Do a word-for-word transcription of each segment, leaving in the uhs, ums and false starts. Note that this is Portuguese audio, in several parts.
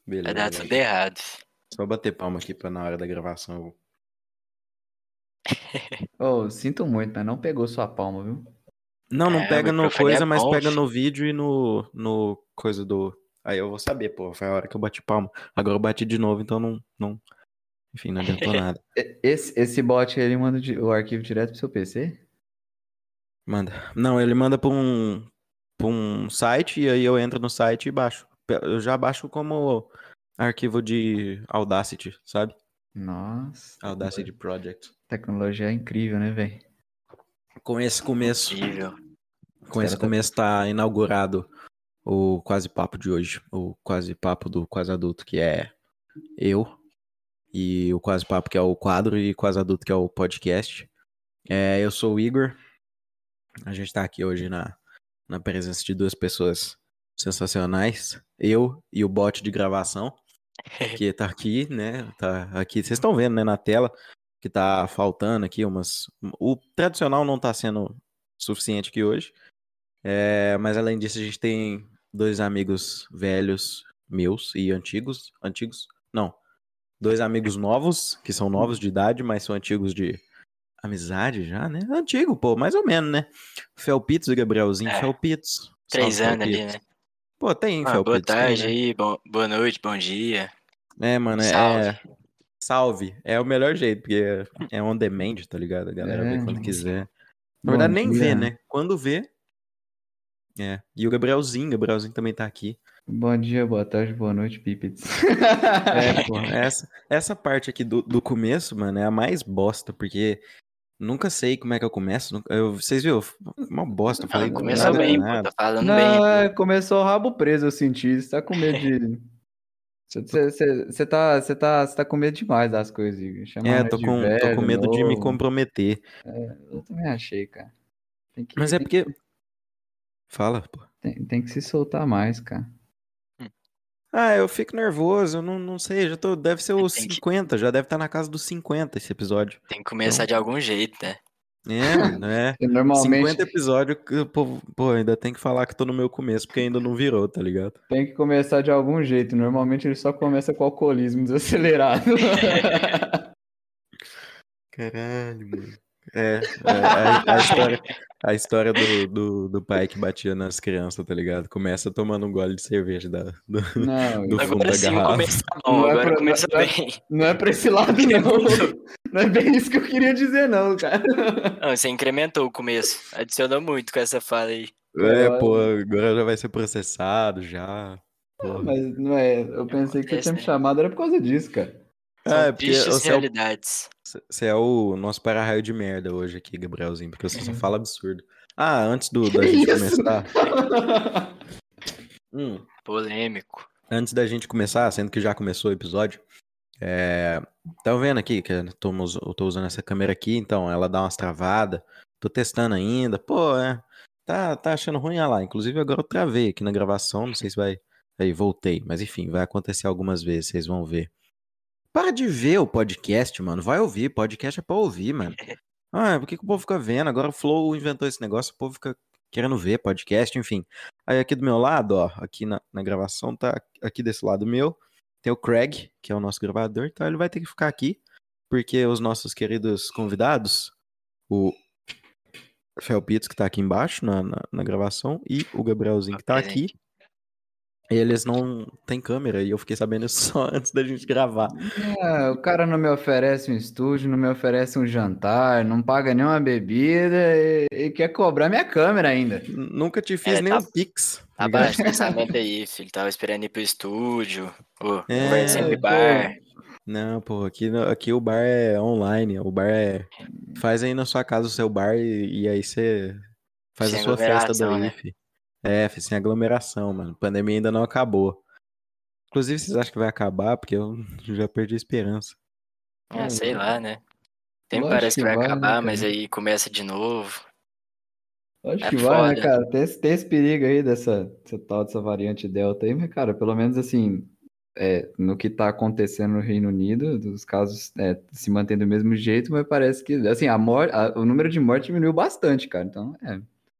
Vai Beleza, dar beleza. tudo errado. Só bater palma aqui pra na hora da gravação. eu- Ô, sinto muito, mas não pegou sua palma, viu? Não, não É, o pega no microfone é coisa, mas bom, pega fi. no vídeo e no, no coisa do. Aí eu vou saber, pô. Foi a hora que eu bati palma. Agora eu bati de novo, então não. não... Enfim, não adiantou nada. E- Esse, esse bot, ele manda di- o arquivo direto pro seu P C? Manda. Não, ele manda pra um, pra um site e aí eu entro no site e baixo. Pe- Eu já baixo como arquivo de Audacity, sabe? Nossa, Audacity Project. tecnologia é incrível, né, velho? Com esse começo, Incrível. com Os esse cara tá- começo tá inaugurado o Quase Papo de hoje. O Quase Papo do Quase Adulto, que é eu. E o Quase Papo, que é o quadro, e Quase Adulto, que é o podcast. É, eu sou o Igor. A gente tá aqui hoje na, na presença de duas pessoas sensacionais. Eu e o bot de gravação, que tá aqui, né? Tá aqui, vocês estão vendo, né, na tela, que tá faltando aqui umas... O tradicional não tá sendo suficiente aqui hoje. É, mas além disso, a gente tem dois amigos velhos meus e antigos. Antigos? Não. Dois amigos novos, que são novos de idade, mas são antigos de amizade já, né? Antigo, pô, mais ou menos, né? Felpitos e Gabrielzinho. É, Felpitos. Três Salve, anos ali, Felpitos. né? Pô, tem Ah, boa Felpitos, tem, tarde né? aí, bom, boa noite, bom dia. É, mano, Salve. é... Salve. É o melhor jeito, porque é on demand, tá ligado? A galera vê É, quando Sim, quiser. Na bom verdade, nem vê, dia. né? Quando vê, é. E o Gabrielzinho, Gabrielzinho também tá aqui. Bom dia, boa tarde, boa noite, Pípides. É, pô, essa, essa parte aqui do, do começo, mano, é a mais bosta, porque nunca sei como é que eu começo. nunca- Eu, vocês viram? Uma bosta, eu Ah, falei começou nada com bem, pô, nada. tá falando bem Não, aqui. é, começou o rabo preso, eu senti. Você tá com medo de. Você tá, você tá, você tá com medo demais das coisas, Igor. Chamar É, nós tô de com, tô com velho, medo de me novo. comprometer. Eu também achei, cara. Tem que, Mas é tem, porque. Fala, pô. tem, tem que se soltar mais, cara. Hum, Ah, eu fico nervoso, eu não, não sei, já tô. Deve ser os Tem que, cinquenta, já deve estar na casa dos cinquenta esse episódio. tem que começar Então, de algum jeito, né? é, mano, é. E normalmente cinquenta episódios que o povo, pô, ainda tem que falar que tô no meu começo, porque ainda não virou, tá ligado? tem que começar de algum jeito. Normalmente ele só começa com alcoolismo desacelerado. Caralho, mano. É, é, a, a história, a história do, do, do pai que batia nas crianças, tá ligado? Começa tomando um gole de cerveja da, do, Não, do fundo Agora da sim o começo garrafa. tá bom, não é agora pra, não, começou não é, bem. não é pra esse lado, não. Incrementou. Não é bem isso que eu queria dizer, não, cara. Não, você incrementou o começo. Adicionou muito com essa fala aí. É, pô, Cara, agora já vai ser processado, já. não, Porra. mas não é. Eu pensei que você tinha Acontece, me né? chamado, era por causa disso, cara. Ah, São é porque tristes você é o, realidades. você é o nosso para-raio de merda hoje aqui, Gabrielzinho, porque você só fala absurdo. Ah, antes do, da Que gente isso? começar. Hum, Polêmico. antes da gente começar, sendo que já começou o episódio. É, tá vendo aqui que eu tô, us- eu tô usando essa câmera aqui, então ela dá umas travadas. Tô testando ainda. Pô, é. Tá, tá achando ruim? Ah lá. Inclusive agora eu travei aqui na gravação. Não sei se vai. Aí, voltei. Mas enfim, vai acontecer algumas vezes, vocês vão ver. Para de ver o podcast, mano. Vai ouvir. Podcast é pra ouvir, mano. Ah, por que que o povo fica vendo? Agora o Flow inventou esse negócio, o povo fica querendo ver podcast, enfim. Aí aqui do meu lado, ó, aqui na, na gravação, tá aqui desse lado meu, tem o Craig, que é o nosso gravador, então ele vai ter que ficar aqui, porque os nossos queridos convidados, o Felpitos, que tá aqui embaixo na, na, na gravação, e o Gabrielzinho, que tá aqui, Presente. eles não têm câmera, e eu fiquei sabendo isso só antes da gente gravar. É, o cara não me oferece um estúdio, não me oferece um jantar, não paga nenhuma bebida e, e quer cobrar minha câmera ainda. N- Nunca te fiz É, nem tá, um pix, tá tá ligado? baixo esse orçamento aí, filho. Tava esperando ir pro estúdio. Ô, conversinha É, É, de pô, bar. não, pô, aqui, no- aqui o bar é online, o bar é... Faz aí na sua casa o seu bar e, e aí você faz a Sem sua festa aglomeração, daí, né? fi. É, fi, sem aglomeração, mano. A pandemia ainda não acabou. Inclusive, vocês acham que vai acabar? Porque eu já perdi a esperança. Ah, sei lá, né? Sempre lógico parece que que vai vai, né, acabar, mas cara? aí começa de novo. Lógico É que vai, né, foda. cara? Tem esse, tem esse perigo aí dessa, dessa tal dessa variante Delta aí, mas, cara, pelo menos assim, é, no que tá acontecendo no Reino Unido, dos casos é, se mantém do mesmo jeito, mas parece que, assim, a morte, o número de mortes diminuiu bastante, cara. Então, é.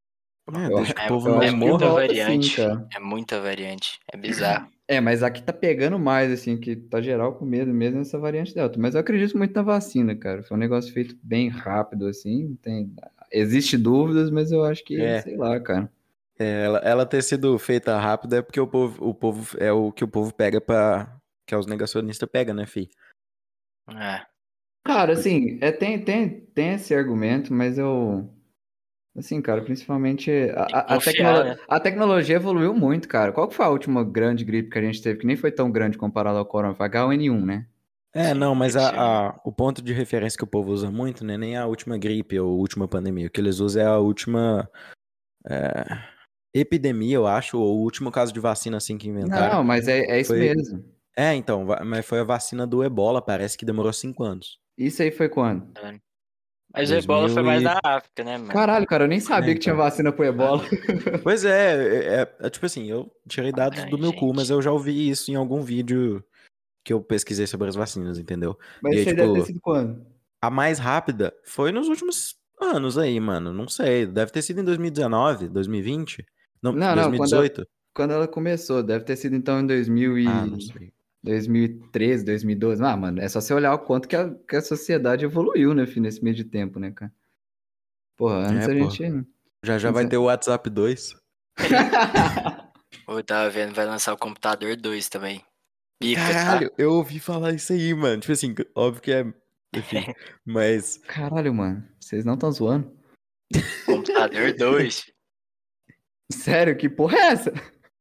É, Eu, desde que o É, povo eu não é acho que muita morra. rola variante, sim, cara. filho. É muita variante. É bizarro. É, mas aqui tá pegando mais, assim, que tá geral com medo mesmo nessa variante Delta. Mas eu acredito muito na vacina, cara. Foi um negócio feito bem rápido, assim. Tem... Existe dúvidas, mas eu acho que, É, sei lá, cara. é, ela, ela ter sido feita rápido é porque o povo, o povo é o que o povo pega pra. Que é os negacionistas pegam, né, fi? É. Cara, assim, é, tem, tem, tem esse argumento, mas eu. Assim, cara, principalmente a, Tem que a, a confiar, tecnolo- né? a tecnologia evoluiu muito, cara. Qual que foi a última grande gripe que a gente teve, que nem foi tão grande comparado ao corona? Foi H um N um, né? É, Sim, não, mas H um. a, a- o ponto de referência que o povo usa muito, né, nem a última gripe ou a última pandemia. O que eles usam é a última é, epidemia, eu acho, ou o último caso de vacina assim que inventaram. Não, mas é, é isso Foi, mesmo. é, então, va- mas foi a vacina do Ebola, parece que demorou cinco anos. Isso aí foi quando? Mas o Dois ebola foi mil mais e... na África, né, mano? Caralho, cara, eu nem É, sabia que tinha então. vacina pro ebola. Pois é, é, é, é tipo assim, eu tirei dados do meu cu, mas Abrangente. eu já ouvi isso em algum vídeo que eu pesquisei sobre as vacinas, entendeu? E Mas aí, isso aí deve ter tipo, sido quando? a mais rápida foi nos últimos anos aí, mano. Não sei. Deve ter sido em dois mil e dezenove, dois mil e vinte? Não, Não, não, quando ela, dois mil e dezoito? quando ela começou. Deve ter sido então em dois mil Ah, não e... sei. dois mil e treze, dois mil e doze. Ah, mano, é só você olhar o quanto que a, que a sociedade evoluiu, né, filho, nesse meio de tempo, né, cara? Porra, antes É, a pô. gente. Já já Antes vai a- ter o WhatsApp dois. Eu tava vendo, vai lançar o computador dois também. Pica, tá? Caralho, eu ouvi falar isso aí, mano. Tipo assim, óbvio que é. Enfim. Mas. Caralho, mano, vocês não estão zoando? Computador dois. Sério, que porra é essa?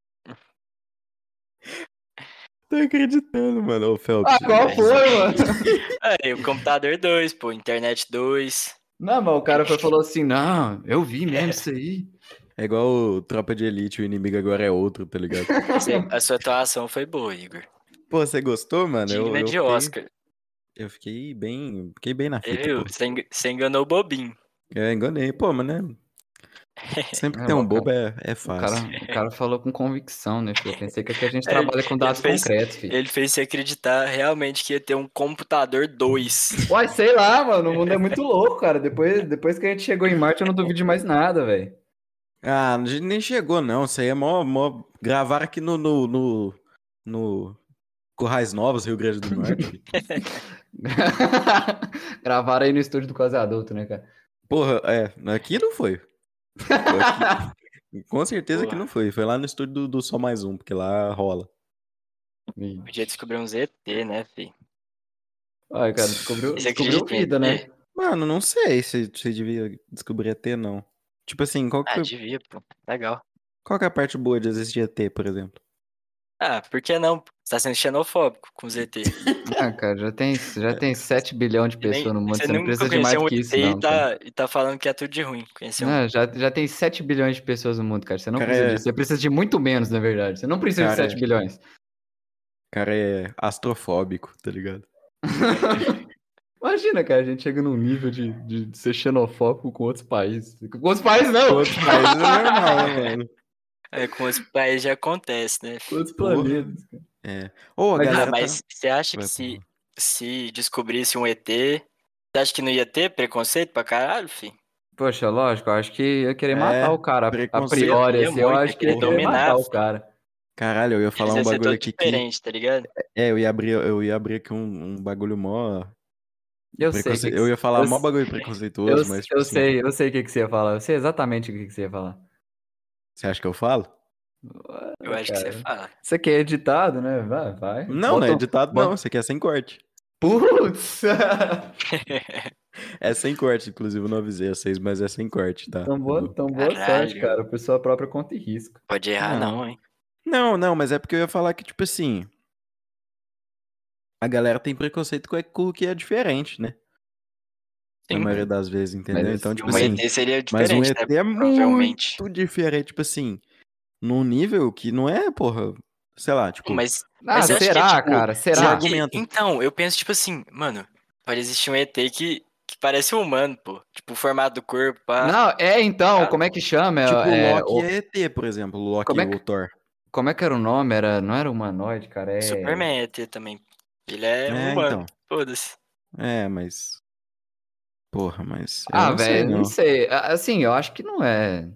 Tô acreditando, mano. Ô, Ah, Phelps. qual foi, mano? Aí, o computador dois, pô, internet dois. Não, mas o cara foi, falou assim: não, eu vi mesmo isso aí. É igual o Tropa de Elite, o inimigo agora é outro, tá ligado? Você- A sua atuação foi boa, Igor. Pô, você gostou, mano? Eu, Digna eu de fiquei. Oscar. Eu fiquei bem. Fiquei bem na Você fita, viu? pô. Você eng- você enganou o bobinho. Eu enganei. Pô, mas né? Sempre que É, tem mas um o cara, bobo é, é o cara, fácil. o cara falou com convicção, né, filho? Eu pensei que aqui a gente É, Ele, trabalha com ele dados fez, concretos, filho. ele fez você acreditar realmente que ia ter um computador dois. Uai, sei lá, mano, o mundo é muito louco, cara. Depois, depois que a gente chegou em Marte, eu não duvido de mais nada, velho. Ah, a gente nem chegou, não. Isso aí é mó, mó... Gravaram aqui no, no, no, no Currais Novos, Rio Grande do Norte, filho. Gravaram aí no estúdio do Quase Adulto, né, cara? Porra, é. Aqui não foi. Aqui, com certeza que Porra, não foi. Foi lá no estúdio do, do Só Mais Um, porque lá rola. podia descobrir um Z T, né, fi? Ai, cara, descobriu, E você descobriu acredita em vida, né? E T? Mano, não sei se você devia descobrir E T, não. Tipo assim, qual que Ah, foi, devia, pô. Legal. qual que é a parte boa de existir E T, por exemplo? Ah, por que não? Você tá sendo xenofóbico com Z T. Ah, cara, já tem, já tem sete bilhões de Você, nem, pessoas no mundo, você você não nunca precisa de mais conheceu do um que isso, E T e não, cara. tá, e tá falando que é tudo de ruim. Conheceu um. Não, já, já tem sete bilhões de pessoas no mundo, cara. Você não Cara precisa é, disso. Você precisa de muito menos, na verdade. Você não precisa de cara sete é, bilhões. cara é astrofóbico, tá ligado? Imagina, cara, a gente chega num nível de, de ser xenofóbico com outros países. Com outros países, Com não! outros países é normal, né, mano? É, com os pais já acontece, né, Com fi? outros Porra. planetas, cara. É. Ou a Mas Ah, galera isso, tá. mas você acha que Vai, se, porra. se descobrisse um E T, você acha que não ia ter preconceito pra caralho, fi? poxa, lógico, eu acho que ia querer matar o É, cara. A preconceito. priori, Ia assim, eu muito, ia acho que querer ia querer Porra. matar dominar, o fi. cara. Caralho, eu ia falar Eles um iam ser bagulho todo aqui que. diferente, tá ligado? É, eu ia abrir, eu ia abrir aqui um, um bagulho mó. Eu sei o Preconce... que que... Eu ia falar Eu, mó bagulho eu, preconceituoso, mas, tipo eu assim. sei, eu sei o que que você ia falar. Eu sei exatamente o que que você ia falar. Você acha que eu falo? Eu Ah, acho que você cara. fala. Isso aqui é editado, né? Vai, vai. Não, não é Bota, um- editado, não. bota... Isso aqui é sem corte. Putz! É sem corte, inclusive eu não avisei vocês, mas é sem corte, tá? Então boa, Do- então boa sorte, Caralho. cara, por sua própria conta e risco. Pode errar, Não. não, hein? Não, não, mas é porque eu ia falar que, tipo assim. A galera tem preconceito com com o que é diferente, né? Na Sim. maioria das vezes, entendeu? Mas, Então, E tipo uma assim. E T seria Mas um diferente, né? E T é Provavelmente. muito diferente, tipo assim. Num nível que não é, porra. Sei lá, Pô, tipo. Mas, ah, mas você acha que é será, tipo. cara? Você Será? Porque, argumenta. então, eu penso, tipo assim, mano, pode existir um E T que, que parece um humano, pô. Tipo, o formato do corpo, pá. Não, é então, Tá? como é que chama? Tipo, o É, é, Loki o, é E T, por exemplo. O Loki como e é o que, Thor. como é que era o nome? Era, não era humanoide, cara, O é... Superman é E T também. Ele é um É, humano. então. Foda-se. É, mas. Porra, mas. Eu Ah, não sei, velho, não não. sei. A- Assim, eu acho que não é.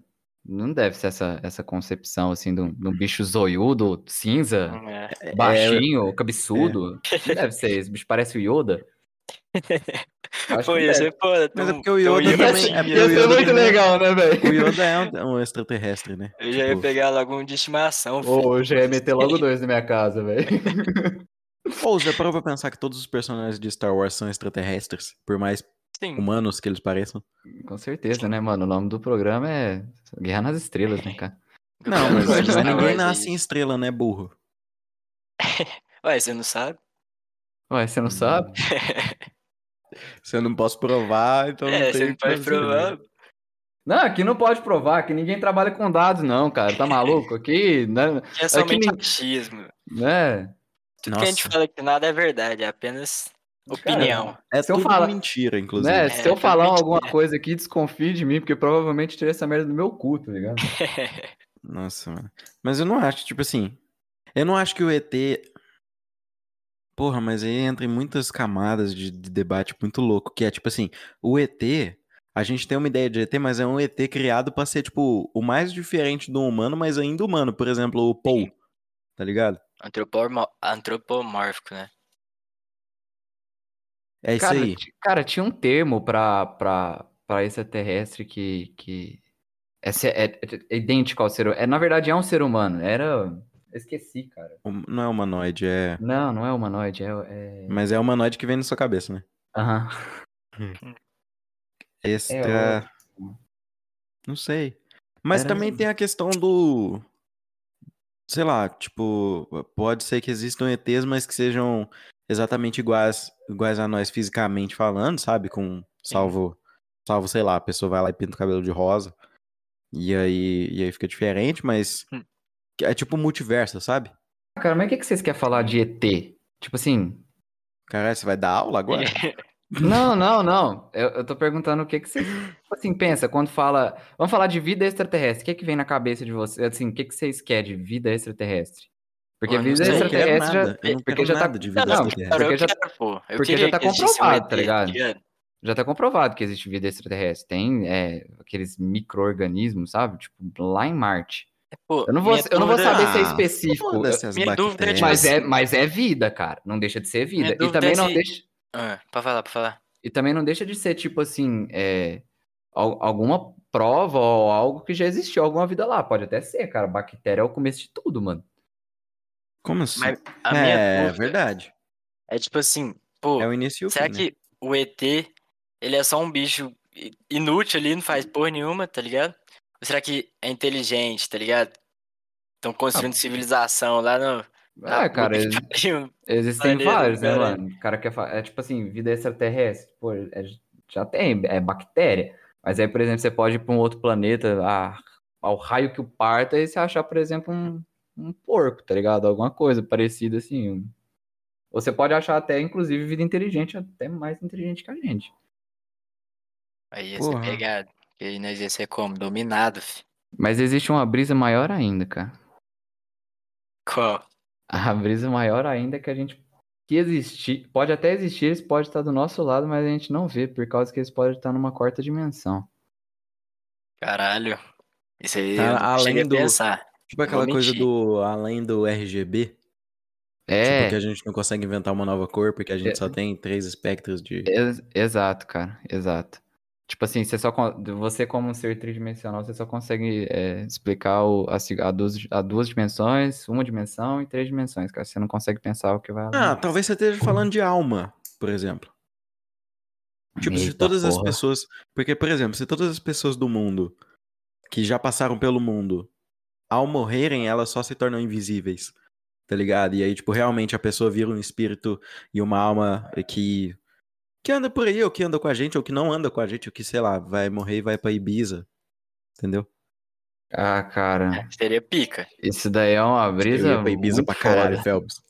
Não deve ser essa, essa concepção, assim, de um, de um bicho zoiudo, cinza, É. baixinho, cabeçudo. Não deve ser isso. O bicho parece o Yoda. Acho Pô, que não ia deve. ser foda. Mas é Tem um, porque o tem um Yoda também- é porque Yoda. o Yoda também- né, O velho? Yoda é um, um extraterrestre, né? Eu já ia Tipo, pegar logo um de estimação, filho. Ô, eu já ia meter logo dois na minha casa, velho. Ou você parou pra pensar que todos os personagens de Star Wars são extraterrestres, por mais Sim. humanos que eles pareçam? Com certeza, né, mano? O nome do programa é Guerra nas Estrelas, né, cara? Não, mas, Gosto de mas Star ninguém Wars nasce aí. em estrela, né, burro? Ué, você não sabe? Ué, você não sabe? Se eu não posso provar, então não É, você tem não o que pode fazer, né? provar. Não, aqui não pode provar, aqui ninguém trabalha com dados, não, cara. Tá maluco? Aqui, né? Que é Aqui, somente nin- achismo. né? Tudo que a gente Nossa. fala que nada é verdade, é apenas opinião. É Se eu tudo falar- mentira, inclusive. Né? É, Se eu tudo falar mentira. alguma coisa aqui, desconfie de mim, porque provavelmente tirei essa merda do meu cu, tá ligado? Nossa, mano. Mas eu não acho, tipo assim. Eu não acho que o E T. Porra, mas aí entra em muitas camadas de, de debate muito louco, que é tipo assim, o E T, a gente tem uma ideia de E T, mas é um E T criado pra ser, tipo, o mais diferente do humano, mas ainda humano. Por exemplo, o Paul, tá ligado? Antropomor- Antropomórfico, né? É isso Cara, aí. ti- cara, tinha um termo pra, pra, pra extraterrestre que, que é, se- é- é idêntico ao ser humano. É, na verdade, é um ser humano. Era. Eu esqueci, cara. Hum- Não é humanoide, é. Não, não é humanoide, é. é... Mas é humanoide que vem na sua cabeça, né? Aham. É Extra. ótimo. Não sei. Mas Era- também tem a questão do. Sei lá, tipo, pode ser que existam E Tês, mas que sejam exatamente iguais, iguais a nós fisicamente falando, sabe? Com salvo, salvo, sei lá, a pessoa vai lá e pinta o cabelo de rosa. E aí, e aí fica diferente, mas Hum. é tipo multiverso, sabe? Cara, mas o que, que vocês querem falar de E T? Tipo assim. Caralho, você vai dar aula agora? Não, não, não. Eu, eu tô perguntando o que, que vocês. Tipo assim, pensa, quando fala. Vamos falar de vida extraterrestre. O que, que vem na cabeça de vocês? Assim, o que, que vocês querem de vida extraterrestre? Porque Pô, não vida sei. Eu não quero extraterrestre já. nada. Eu não Porque quero já tá. nada de vida Não, não, extraterrestre. cara, eu Porque já- quero, pô. Eu porque queria já tá que existisse um comprovado, E T, tá ligado? ligado? Já tá comprovado que existe vida extraterrestre. Tem é, aqueles micro-organismos, sabe? Tipo, lá em Marte. Pô, Eu não vou, minha eu não vou dúvida- saber se é Ah, específico. foda-se as minha dúvida é, tipo Mas é, assim, mas é vida, cara. Não deixa de ser vida. Minha E dúvida também é não se- deixa. Ah, pra falar, pra falar. E também não deixa de ser, tipo assim, é, al- alguma prova ou algo que já existiu alguma vida lá. Pode até ser, cara. Bactéria é o começo de tudo, mano. Como assim? Mas a minha É dúvida verdade. é tipo assim, pô, É o início e o será fim, né? que o E T, ele é só um bicho i- inútil ali, não faz porra nenhuma, tá ligado? Ou será que é inteligente, tá ligado? Estão construindo civilização lá no... na É, cara, puta que ex- pariu. existem planeta, vários, né, cara. mano? O cara quer falar. É tipo assim, vida extraterrestre. Pô, é- já tem, é bactéria. Mas aí, por exemplo, você pode ir pra um outro planeta, a- ao raio que o parta, e você achar, por exemplo, um, um porco, tá ligado? Alguma coisa parecida assim. um- Você pode achar até, inclusive, vida inteligente, até mais inteligente que a gente. Aí ia ser Porra. pegado. E aí nós ia ser como? Dominado, fi. Mas existe uma brisa maior ainda, cara. Qual? A brisa maior ainda é que a gente. Que existir, pode até existir, eles podem estar do nosso lado, mas a gente não vê, por causa que eles podem estar numa quarta dimensão. Caralho. Isso aí A- eu não além cheguei a do- pensar. Tipo Não aquela vou coisa mentir. do além do R G B. Tipo, É, que a gente não consegue inventar uma nova cor, porque a gente É. só tem três espectros de. ex- exato, cara, exato. Tipo assim, você só con- você como um ser tridimensional, você só consegue é, explicar o, a, ci- a duas, a duas dimensões, uma dimensão e três dimensões, cara. Você não consegue pensar o que vai além. Ah, talvez você esteja falando de alma, por exemplo. Tipo, se Eita todas as porra. pessoas. Porque, por exemplo, se todas as pessoas do mundo que já passaram pelo mundo, ao morrerem, elas só se tornam invisíveis. Tá ligado? E aí, tipo, realmente a pessoa vira um espírito e uma alma que. Que anda por aí, ou que anda com a gente, ou que não anda com a gente, ou que, sei lá, vai morrer e vai pra Ibiza. Entendeu? Ah, cara, Seria pica. isso daí é uma brisa Eu ia pra Ibiza muito pra caralho, foda. Phelps.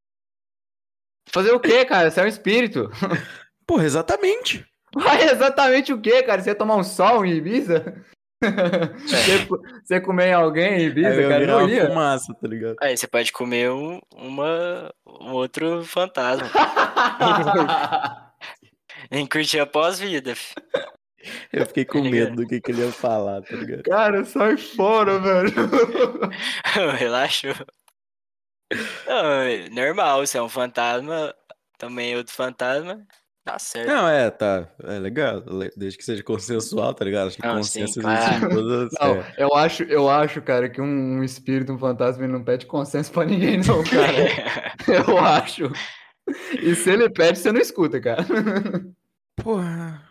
Fazer o quê, cara? Você é um espírito. Porra, exatamente. Vai exatamente o quê, cara? Você ia tomar um sol em Ibiza? Você, você comer em alguém em Ibiza, Aí eu ia cara? virar Não uma ia. fumaça, tá ligado? Aí você pode comer um, uma, um outro fantasma. Em curtir a pós-vida, fi. Eu fiquei com medo do que, que ele ia falar, tá ligado? Cara, sai fora, velho. Relaxou. Não, é normal, se é um fantasma, também é outro fantasma, tá certo. Não, é, tá. É legal. le- Desde que seja consensual, tá ligado? Acho que Não, sim, consenso existe em claro. todas. Não, É. eu acho, eu acho, cara, que um, um espírito, um fantasma, ele não pede consenso pra ninguém, não, cara. Eu acho. E se ele pede, você não escuta, cara. Porra.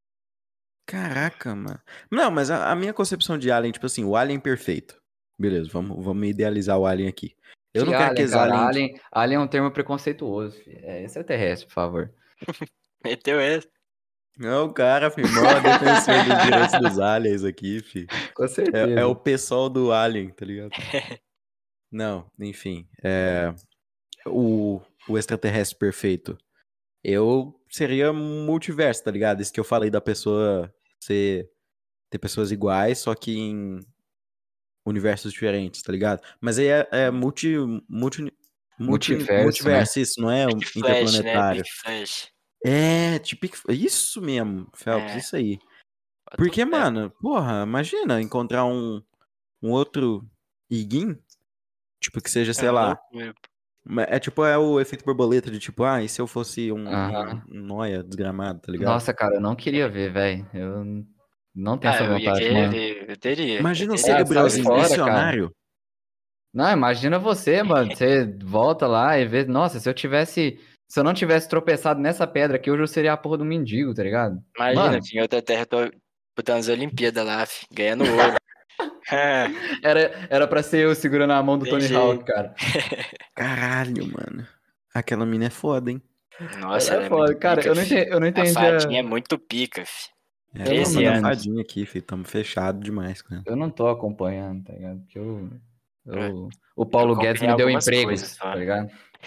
Caraca, mano. Não, mas a, a minha concepção de Alien, tipo assim, o Alien perfeito. Beleza, vamos, vamos idealizar o Alien aqui. Eu Que não quero alien, que cara. Alien. Alien, alien é um termo preconceituoso, filho. É extraterrestre, por favor. Meteu essa. Não, cara, filho, maior defensor dos direitos dos aliens aqui, filho. Com É, certeza. é o pessoal do Alien, tá ligado? Não, enfim. É, o, o extraterrestre perfeito. Eu seria multiverso, tá ligado? Isso que eu falei da pessoa ser. Ter pessoas iguais, só que em universos diferentes, tá ligado? Mas aí é, é multi, multi, multi, Multiverso, multiverso, isso, não é um Big Flash, né? interplanetário. Big Flash. É, tipo, isso mesmo, Phelps, É. isso aí. Bota Porque, fé. mano, porra, imagina encontrar um, um outro Iguin, tipo, que seja, sei É lá, loucura, pô. ma- é tipo, é o efeito borboleta de tipo, ah, e se eu fosse um, Aham. um, um noia desgramado, tá ligado? Nossa, cara, eu não queria ver, velho. Eu não tenho Ah, essa eu ia vontade, querer mano. ver, eu teria. Imagina eu um teria Ah, sai cerebrosinho fora, missionário. Não, imagina você, mano. Você volta lá e vê. Nossa, se eu tivesse. Se eu não tivesse tropeçado nessa pedra aqui, hoje eu seria a porra do mendigo, tá ligado? Imagina, Mano, assim, em outra terra, eu tô botando as Olimpíadas lá, fi, ganhando ouro. Ah, era, era pra ser eu segurando a mão do tem Tony jeito. Hawk, cara. Caralho, mano. Aquela mina é foda, hein? Nossa, Ela é ela é muito foda. Cara, pica, eu não fi. entendi, eu não A entendi fadinha é a... muito pica, fi. É, Eu tamo treze na não, anos. fadinha aqui, filho. Tamo fechado demais, cara. eu não tô acompanhando, tá ligado? Porque eu, É, eu, o Eu Paulo Guedes acompanhei me deu algumas coisas empregos, só. tá ligado?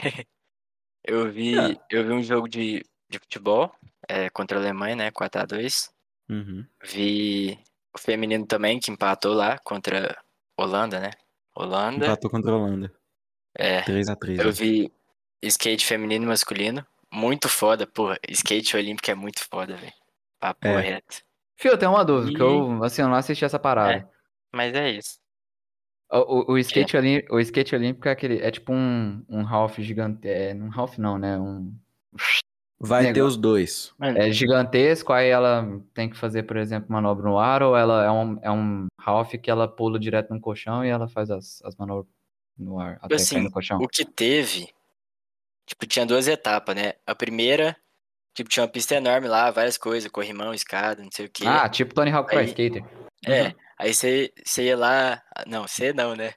Eu É. vi, eu vi um jogo de, de futebol é, contra a Alemanha, né? quatro a dois. Uhum. Vi o feminino também, que empatou lá contra a Holanda, né? Holanda. Empatou contra a Holanda. É. três a três, Eu né? vi skate feminino e masculino. Muito foda, porra. Skate olímpico é muito foda, velho. Papo É. reto. Fio, eu tenho uma dúvida, que E. eu, assim, eu não assisti essa É, parada. mas é isso. O, o, o Que? skate ali, o skate olímpico é aquele, é tipo um, um half gigante, é, um half não, né? Um Vai ter negócio. os dois. Mano, É gigantesco, aí ela tem que fazer, por exemplo, manobra no ar, ou ela é um, é um half que ela pula direto no colchão e ela faz as, as manobras no ar, tipo até cair assim, no colchão. o que teve, tipo, tinha duas etapas, né? A primeira, tipo, tinha uma pista enorme lá, várias coisas, corrimão, escada, não sei o quê. Ah, tipo Tony Hawk Pro Aí, Skater. é, Uhum. aí você você ia lá. Não, você não, né?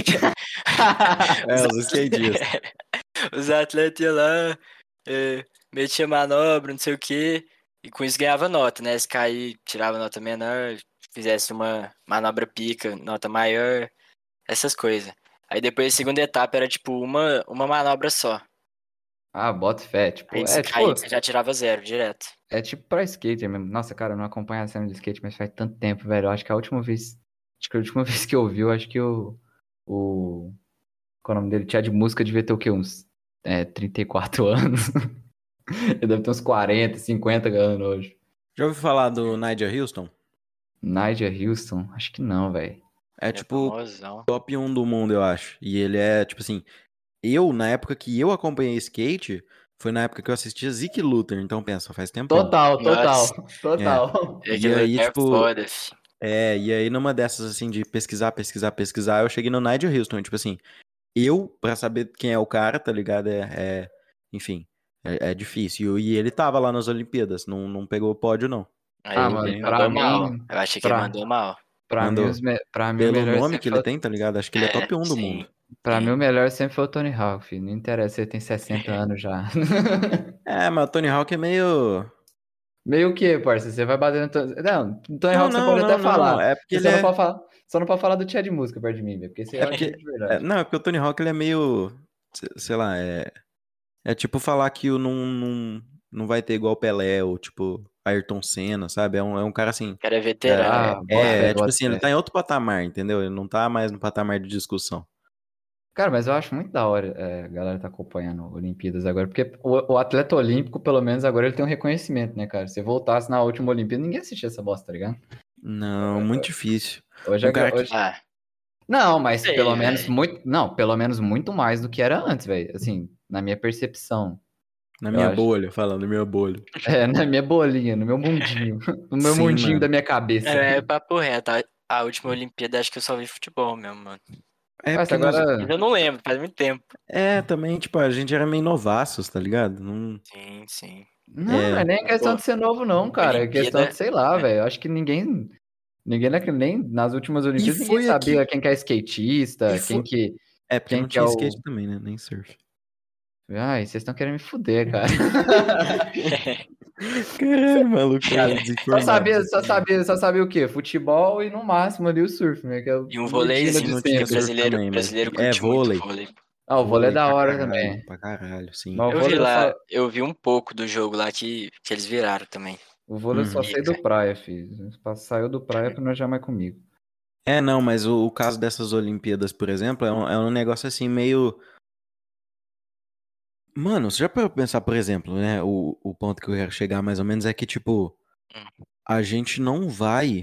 É, Os os skate Os atletas iam lá, é, metia manobra, não sei o quê, e com isso ganhava nota, né? Se cair, tirava nota menor, fizesse uma manobra pica, nota maior, essas coisas. Aí depois a segunda etapa era tipo uma, uma manobra só. Ah, bota fé, tipo, Aí se é cair, tipo, você já tirava zero direto. é tipo Pro Skater mesmo. Nossa, cara, eu não acompanho a cena de skate, mas faz tanto tempo, velho. Eu acho que a última vez, acho que a última vez que eu vi, eu acho que o, o, qual é o nome dele? Tinha de música, devia ter o quê? Uns é, trinta e quatro anos. Ele deve ter uns quarenta, cinquenta anos hoje. Já ouviu falar do Nigel Houston? Nigel Houston? Acho que não, velho. É Ele é tipo famosão. top um do mundo, eu acho. E ele é, tipo assim, eu, na época que eu acompanhei skate, foi na época que eu assistia Zeke Luther, então pensa, faz tempão. Total, Nossa, total, É. total. é E aquele aí, lugar é tipo, foda, fi. é, e aí numa dessas, assim, de pesquisar, pesquisar, pesquisar, eu cheguei no Nigel Houston, tipo assim, eu, pra saber quem é o cara, tá ligado, é, é- enfim, é, é difícil. E ele tava lá nas Olimpíadas, não, não pegou o pódio, não. Aí Ah, eu- mano, ele pra mandou mal. mim, Eu achei que ele pra, mandou mal. pra mim, os Mandou. me- pra mim o Pelo melhor nome sempre que ele foi, tem, tá ligado? Acho que ele é É, top um do sim, mundo. pra mim sim. o melhor sempre foi o Tony Hawk, filho. Não interessa, ele tem sessenta anos já. É, mas o Tony Hawk é meio... Meio que, parça, você vai bater no Tony... Não, no Tony Não, Hawk você não, pode não, até não, falar. é porque Você ele só não é... pode falar, só não pode falar do Tia de música perto de mim, velho, porque esse É eu acho porque... de é, verdade. não, é porque o Tony Hawk, ele é meio... se- Sei lá, é... É tipo falar que o não, não, não vai ter igual o Pelé, ou tipo Ayrton Senna, sabe? É um, é um cara assim. O cara é veterano. Ah, É, bota é, fé, é tipo bota assim, ele fé. tá em outro patamar, entendeu? Ele não tá mais no patamar de discussão. Cara, mas eu acho muito da hora é, a galera tá acompanhando Olimpíadas agora, porque o, o atleta olímpico, pelo menos agora, ele tem um reconhecimento, né, cara? Se voltasse na última Olimpíada, ninguém assistia essa bosta, tá ligado? Não, muito difícil. Hoje, Um a gra- cara que. hoje... Ah, Não, não mas pelo sei, menos velho. muito. Não, pelo menos muito mais do que era antes, velho. Assim, na minha percepção. Na Eu minha acho. bolha, falando, na minha bolha. É, na minha bolinha, no meu mundinho. No meu Sim, mundinho da mano. minha cabeça. É, papo reto. A, a última Olimpíada acho que eu só vi futebol mesmo, mano. É Mas porque nós. Mas agora. eu não lembro, faz muito tempo. É, também, tipo, a gente era meio novaços, tá ligado? Não. Sim, sim. Não, não é É. nem questão Pô, de ser novo, não, cara. É questão de, Olimpíada. sei lá, É. velho. Eu acho que ninguém. Ninguém naquele- nem nas últimas E Olimpíadas ninguém foi sabia aqui. quem que é E skatista, quem foi. que, É, porque quem não que é tinha skate o. também, né? Nem surf. Ai, vocês estão querendo me fuder, cara. Caralho, maluco, cara, Só desinformado. sabia, só sabia, só sabia o quê? Futebol e no máximo ali o surf, né? Que é o E um Medina E de vôleizinho, não porque tinha sempre. surf brasileiro, também, mas. brasileiro É, curte muito vôlei. vôlei. Ah, o vôlei é Vôlei da pra hora caralho, também. pra caralho, sim. Mas o Eu vi vôlei eu lá, só, eu vi um pouco do jogo lá que, que eles viraram também. o vôlei eu só Uhum. sei do Pica. praia, filho. Saiu do praia pra não já mais comigo. É, não, mas o, o caso dessas Olimpíadas, por exemplo, é um, é um negócio assim meio. Mano, você já parou pra pensar, por exemplo, né? O, o ponto que eu quero chegar mais ou menos é que, tipo, Hum, a gente não vai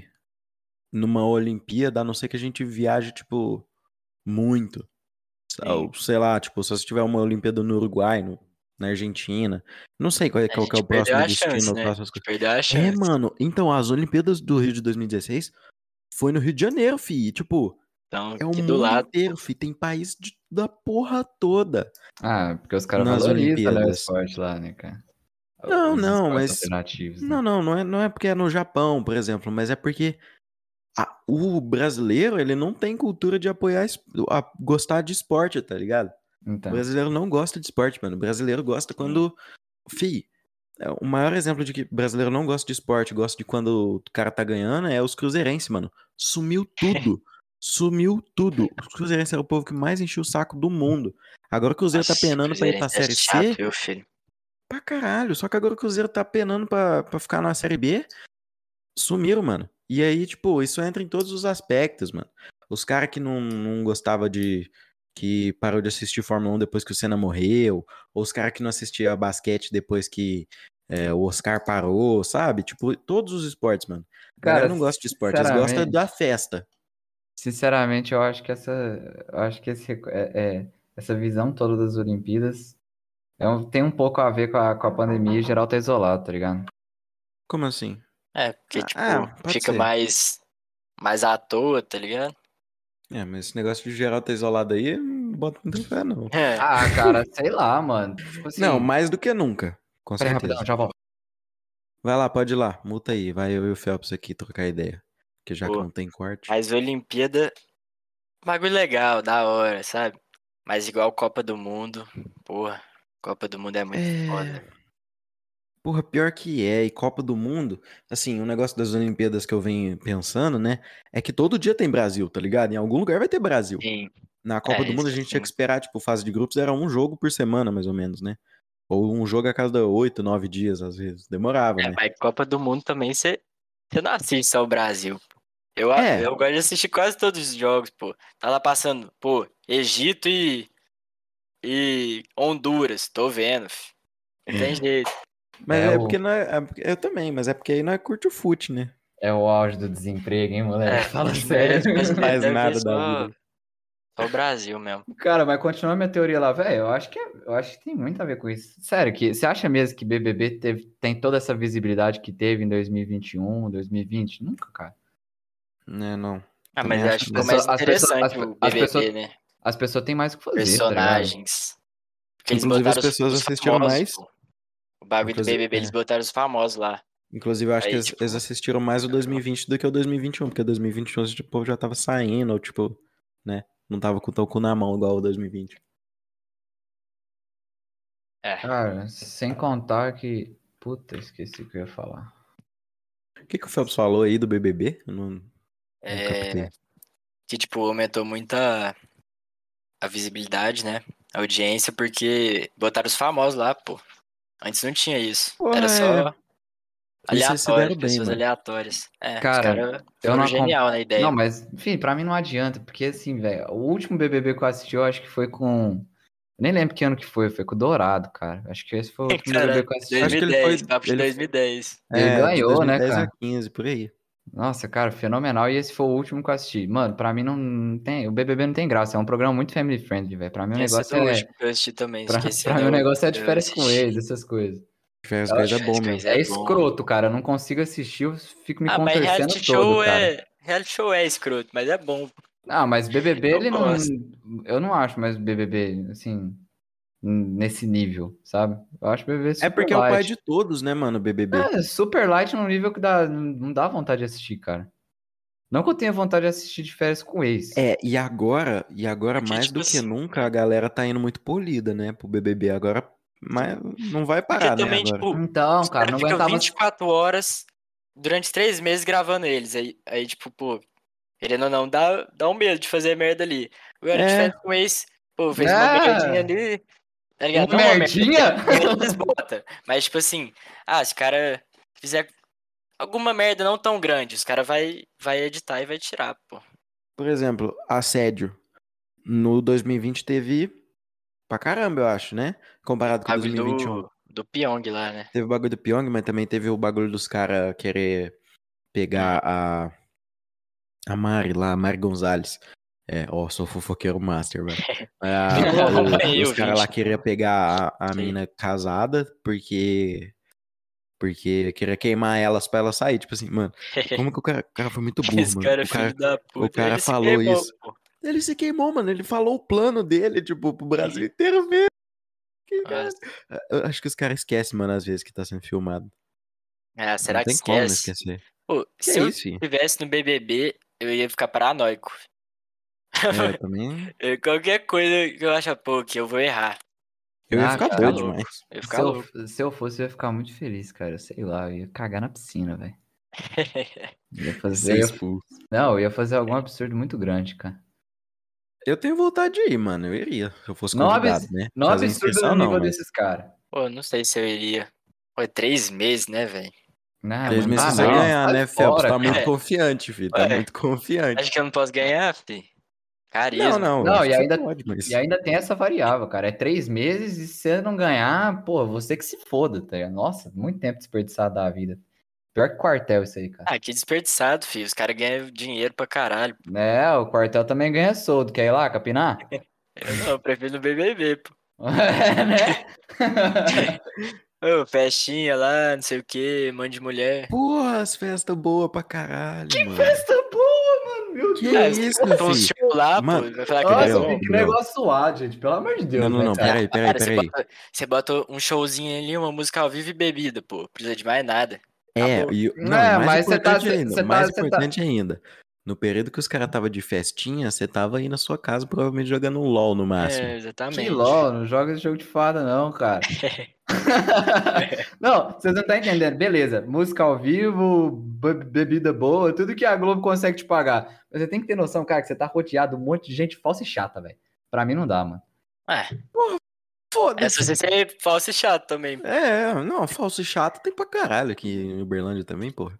numa Olimpíada, a não ser que a gente viaje, tipo, muito. sim. Ou, sei lá, tipo, se você tiver uma Olimpíada no Uruguai, no, na Argentina. Não sei qual é, A qual que é gente o perdeu próximo a destino, chance, ou né? A próximas gente coisas. perdeu a É, chance. mano, então, as Olimpíadas do Rio de dois mil e dezesseis foi no Rio de Janeiro, fi. Tipo, Então, é o aqui do mundo lado, inteiro, pô. fi. Tem país de- da porra toda Ah, porque os caras nas valorizam, né, o Olimpíadas. esporte lá, né, cara? Não, Os não, esportes mas. alternativos, né? Não, não, não é, não é porque é no Japão, por exemplo, mas é porque a- o brasileiro, ele não tem cultura de apoiar, es- a- gostar de esporte, tá ligado? O Então, brasileiro não gosta de esporte, mano. O brasileiro gosta Sim. quando. Fi, é, o maior exemplo de que brasileiro não gosta de esporte, gosta de quando o cara tá ganhando é os cruzeirenses, mano. Sumiu tudo. Sumiu tudo. Os cruzeirenses era o povo que mais enchia o saco do mundo. Agora o Cruzeiro tá Nossa, penando pra ir pra Cruzeirense é Série chato, C, viu, filho? pra caralho. Só que agora o Cruzeiro tá penando pra, pra ficar na Série B, sumiram, mano. E aí, tipo, isso entra em todos os aspectos, mano. Os caras que não, não gostava de. Que parou de assistir Fórmula um depois que o Senna morreu. Ou os caras que não assistiam basquete depois que é, o Oscar parou, sabe? Tipo, todos os esportes, mano. A galera cara, não gosta de esporte, eles gostam da sinceramente, festa. sinceramente, eu acho que essa, eu acho que esse, é, é- essa visão toda das Olimpíadas é um- tem um pouco a ver com a, com a pandemia e geral tá isolado, tá ligado? Como assim? É, porque, Ah, tipo, ah, pode fica ser. mais, mais à toa, tá ligado? É, mas esse negócio de geral tá isolado aí, eu não boto muita fé, não. É, Ah, cara, sei lá, mano. Tipo Não, assim, mais do que nunca, com peraí, rapidão, certeza. já volto. Vai lá, pode ir lá. Multa aí. Vai eu e o Phelps aqui trocar ideia. Que já que pô. não tem corte. Mas Olimpíada, bagulho legal, da hora, sabe? Mas igual Copa do Mundo, porra, Copa do Mundo é muito É. foda. Porra, pior que é. E Copa do Mundo, assim, um negócio das Olimpíadas que eu venho pensando, né? É que todo dia tem Brasil, tá ligado? Em algum lugar vai ter Brasil. Sim, Na Copa é do Mundo a isso gente tinha que sim. esperar, tipo, fase de grupos era um jogo por semana, mais ou menos, né? Ou um jogo a cada oito, nove dias, às vezes. Demorava, É, né? mas Copa do Mundo também você não assiste só o Brasil. Eu, a- É, eu gosto de assistir quase todos os jogos, pô. Tá lá passando, pô, Egito e, e Honduras, tô vendo, fi. Não tem jeito. mas É é o, porque não é, é porque- eu também, mas é porque aí não é curte o fute, né? é o auge do desemprego, hein, moleque? É, Fala os sério. brasileiros, brasileiros Faz devem ver nada da só, vida. só o Brasil mesmo. Cara, mas continuando minha teoria lá, velho, eu acho que é- eu acho que tem muito a ver com isso. Sério, que você acha mesmo que B B B teve, tem toda essa visibilidade que teve em dois mil e vinte e um, dois mil e vinte? Nunca, cara. Né, não. Ah, Também mas eu acho acho que que As ficou não. pessoas, mais as pessoas, as, interessante o as pessoas, B B B, né? as pessoas têm mais o que fazer, tá ligado? Personagens. Porque eles Inclusive as botaram os, pessoas os assistiram famosos, mais. pô. O bagulho do Inclusive, B B B, eles é. botaram os famosos lá. Inclusive, eu acho que Aí, eles, tipo, eles assistiram mais o dois mil e vinte do que o dois mil e vinte e um, porque o dois mil e vinte e um tipo, o povo já tava saindo, ou tipo, né? Não tava com o teu cu na mão igual o dois mil e vinte. é. Cara, sem contar que. Puta, esqueci o que eu ia falar. O que, que o Phelps falou aí do B B B? Eu não, não É, captei. que, tipo, aumentou muito a, a visibilidade, né? A audiência, porque botaram os famosos lá, pô. Antes não tinha isso. Porra, Era é. só. E vocês se deram Aleatórios, bem, pessoas mano. aleatórias. É, os Cara, caras eu foram não genial na acompanho. ideia. Não, mas, enfim, pra mim não adianta, porque assim, velho, o último B B B que eu assisti, eu acho que foi com. Nem lembro que ano que foi, foi com o Dourado, cara. Acho que esse foi o último B B B Cara, que eu assisti. Acho que ele dois mil e dez, foi. papo de Ele, dois mil e dez. E ele é, de ganhou, né, dois mil e dez a cara? quinze, por aí. Nossa, cara, fenomenal. E esse foi o último que eu assisti. Mano, pra mim não tem. O B B B não tem graça. É um programa muito family friendly, velho. Pra mim o Tinha sido negócio o é. último que eu assisti também, Pra, pra esquecendo mim o eu, negócio é de eu férias com assisti. ex, essas coisas. Férias Eu com acho- ex é bom Férias com mesmo. ex É é bom. escroto, cara. Eu não consigo assistir, eu fico me Ah, mas contorcendo reality todo, show cara. é. Reality show é escroto, mas é bom. Ah, mas B B B, Eu ele não. gosto. Eu não acho mais B B B, assim, nesse nível, sabe? Eu acho B B B É super porque é o pai light. de todos, né, mano, o B B B. É, super light num nível que dá, não dá vontade de assistir, cara. Não que eu tenha vontade de assistir de férias com ex. É, e agora, e agora Porque, mais tipo do que assim. nunca, a galera tá indo muito polida, né, pro B B B. Agora, mas não vai Porque parar, né, também, agora. tipo, Então, os cara, não caras ficam aguentava. vinte e quatro horas durante três meses gravando eles. Aí, aí tipo, pô, querendo ou não, dá, dá um medo de fazer merda ali. Agora de É, férias com ex, pô, fez uma merdinha É, ali, tá ligado? uma Não uma merda, porque merdinha? merda eles botam. Mas, tipo assim, ah, se o cara fizer alguma merda não tão grande, os caras vai, vai editar e vai tirar, pô. por exemplo, assédio. No dois mil e vinte teve pra caramba, eu acho, né? Comparado com Bagulho dois mil e vinte e um. do, do Pyong lá, né? Teve o bagulho do Pyong, mas também teve o bagulho dos caras querer pegar a, a Mari lá, a Mari Gonzalez. É, ó, sou fofoqueiro master, velho. Ah, Eu o- acompanhei os o caras lá vídeo. queriam pegar a, a Sei. mina casada porque porque queria queimar elas pra ela sair. Tipo assim, mano, como que o cara, o cara foi muito burro, Esse mano. cara é O cara, filho da o puta. cara Ele se falou queimou, isso. pô. Ele se queimou, mano. Ele falou o plano dele, tipo, pro Brasil inteiro ver. Que cara... Nossa. Eu acho que os caras esquecem, mano, às vezes que tá sendo filmado. Ah, Não será que tem como não esquece? esquecer. Pô, Que se é eu isso, filho? estivesse no B B B, eu ia ficar paranoico. É, eu também. Eu- Qualquer coisa que eu achar, pô, que eu vou errar. Eu ia Ah, Eu ia ficar ficar cara. doido louco. demais. Eu ia Se ficar eu, louco. se eu fosse, eu ia ficar muito feliz, cara. Sei lá, eu ia cagar na piscina, velho. Ia fazer. Ser eu ia- expulso. Não, eu ia fazer algum absurdo muito grande, cara. Eu tenho vontade de ir, mano. Eu iria, se eu fosse Não, convidado, abs... né? não Fazer absurdo no inscrição não, nível mas. desses caras. Pô, não sei se eu iria. Pô, é três meses, né, velho? Não, Três mano, meses ah, você vai não, ganhar, sai né, Phelps? fora, Tá muito cara. É, confiante, filho. Tá ué, muito confiante. acho que eu não posso ganhar, fi. Não, Carisma. não, eu Não, acho e que você ainda, pode, mas. e ainda tem essa variável, cara. É três meses e se você não ganhar, pô, você que se foda, tá ligado? Nossa, muito tempo desperdiçado da vida. Pior que quartel isso aí, cara. Ah, que desperdiçado, filho. Os caras ganham dinheiro pra caralho. É, o quartel também ganha soldo. Quer ir lá, capinar? Eu não, eu prefiro no B B B, pô. É, né? Ô, festinha lá, não sei o que, mãe de mulher. Porra, as festas boas pra caralho, mano. Festa boa, mano. Meu Que Ah, Deus. você isso, botou uns filho? shows lá, pô, Mano, vai falar que não é Nossa, Gabriel, bom. que Gabriel. negócio suado, gente. Pelo amor de Não, Deus, não, velho. não, peraí, peraí, Cara, você peraí. bota, você bota um showzinho ali, uma música ao vivo e bebida, pô. Precisa de mais nada. É, Acabou. e, não, e É, mais mas você tá. importante ainda, Você tá. mais Você tá. importante ainda. No período que os caras tava de festinha, você tava aí na sua casa, provavelmente jogando um LOL no máximo. É, Que exatamente. LOL, não joga esse jogo de fada, não, cara. Não, vocês não estão entendendo. Beleza, música ao vivo, be- bebida boa, tudo que a Globo consegue te pagar. Mas você tem que ter noção, cara, que você tá rodeado de um monte de gente falsa e chata, velho. Pra mim não dá, mano. É, é Foda-se. só você ser falso e chato também. É, não, falso e chato tem pra caralho aqui em Uberlândia também, porra.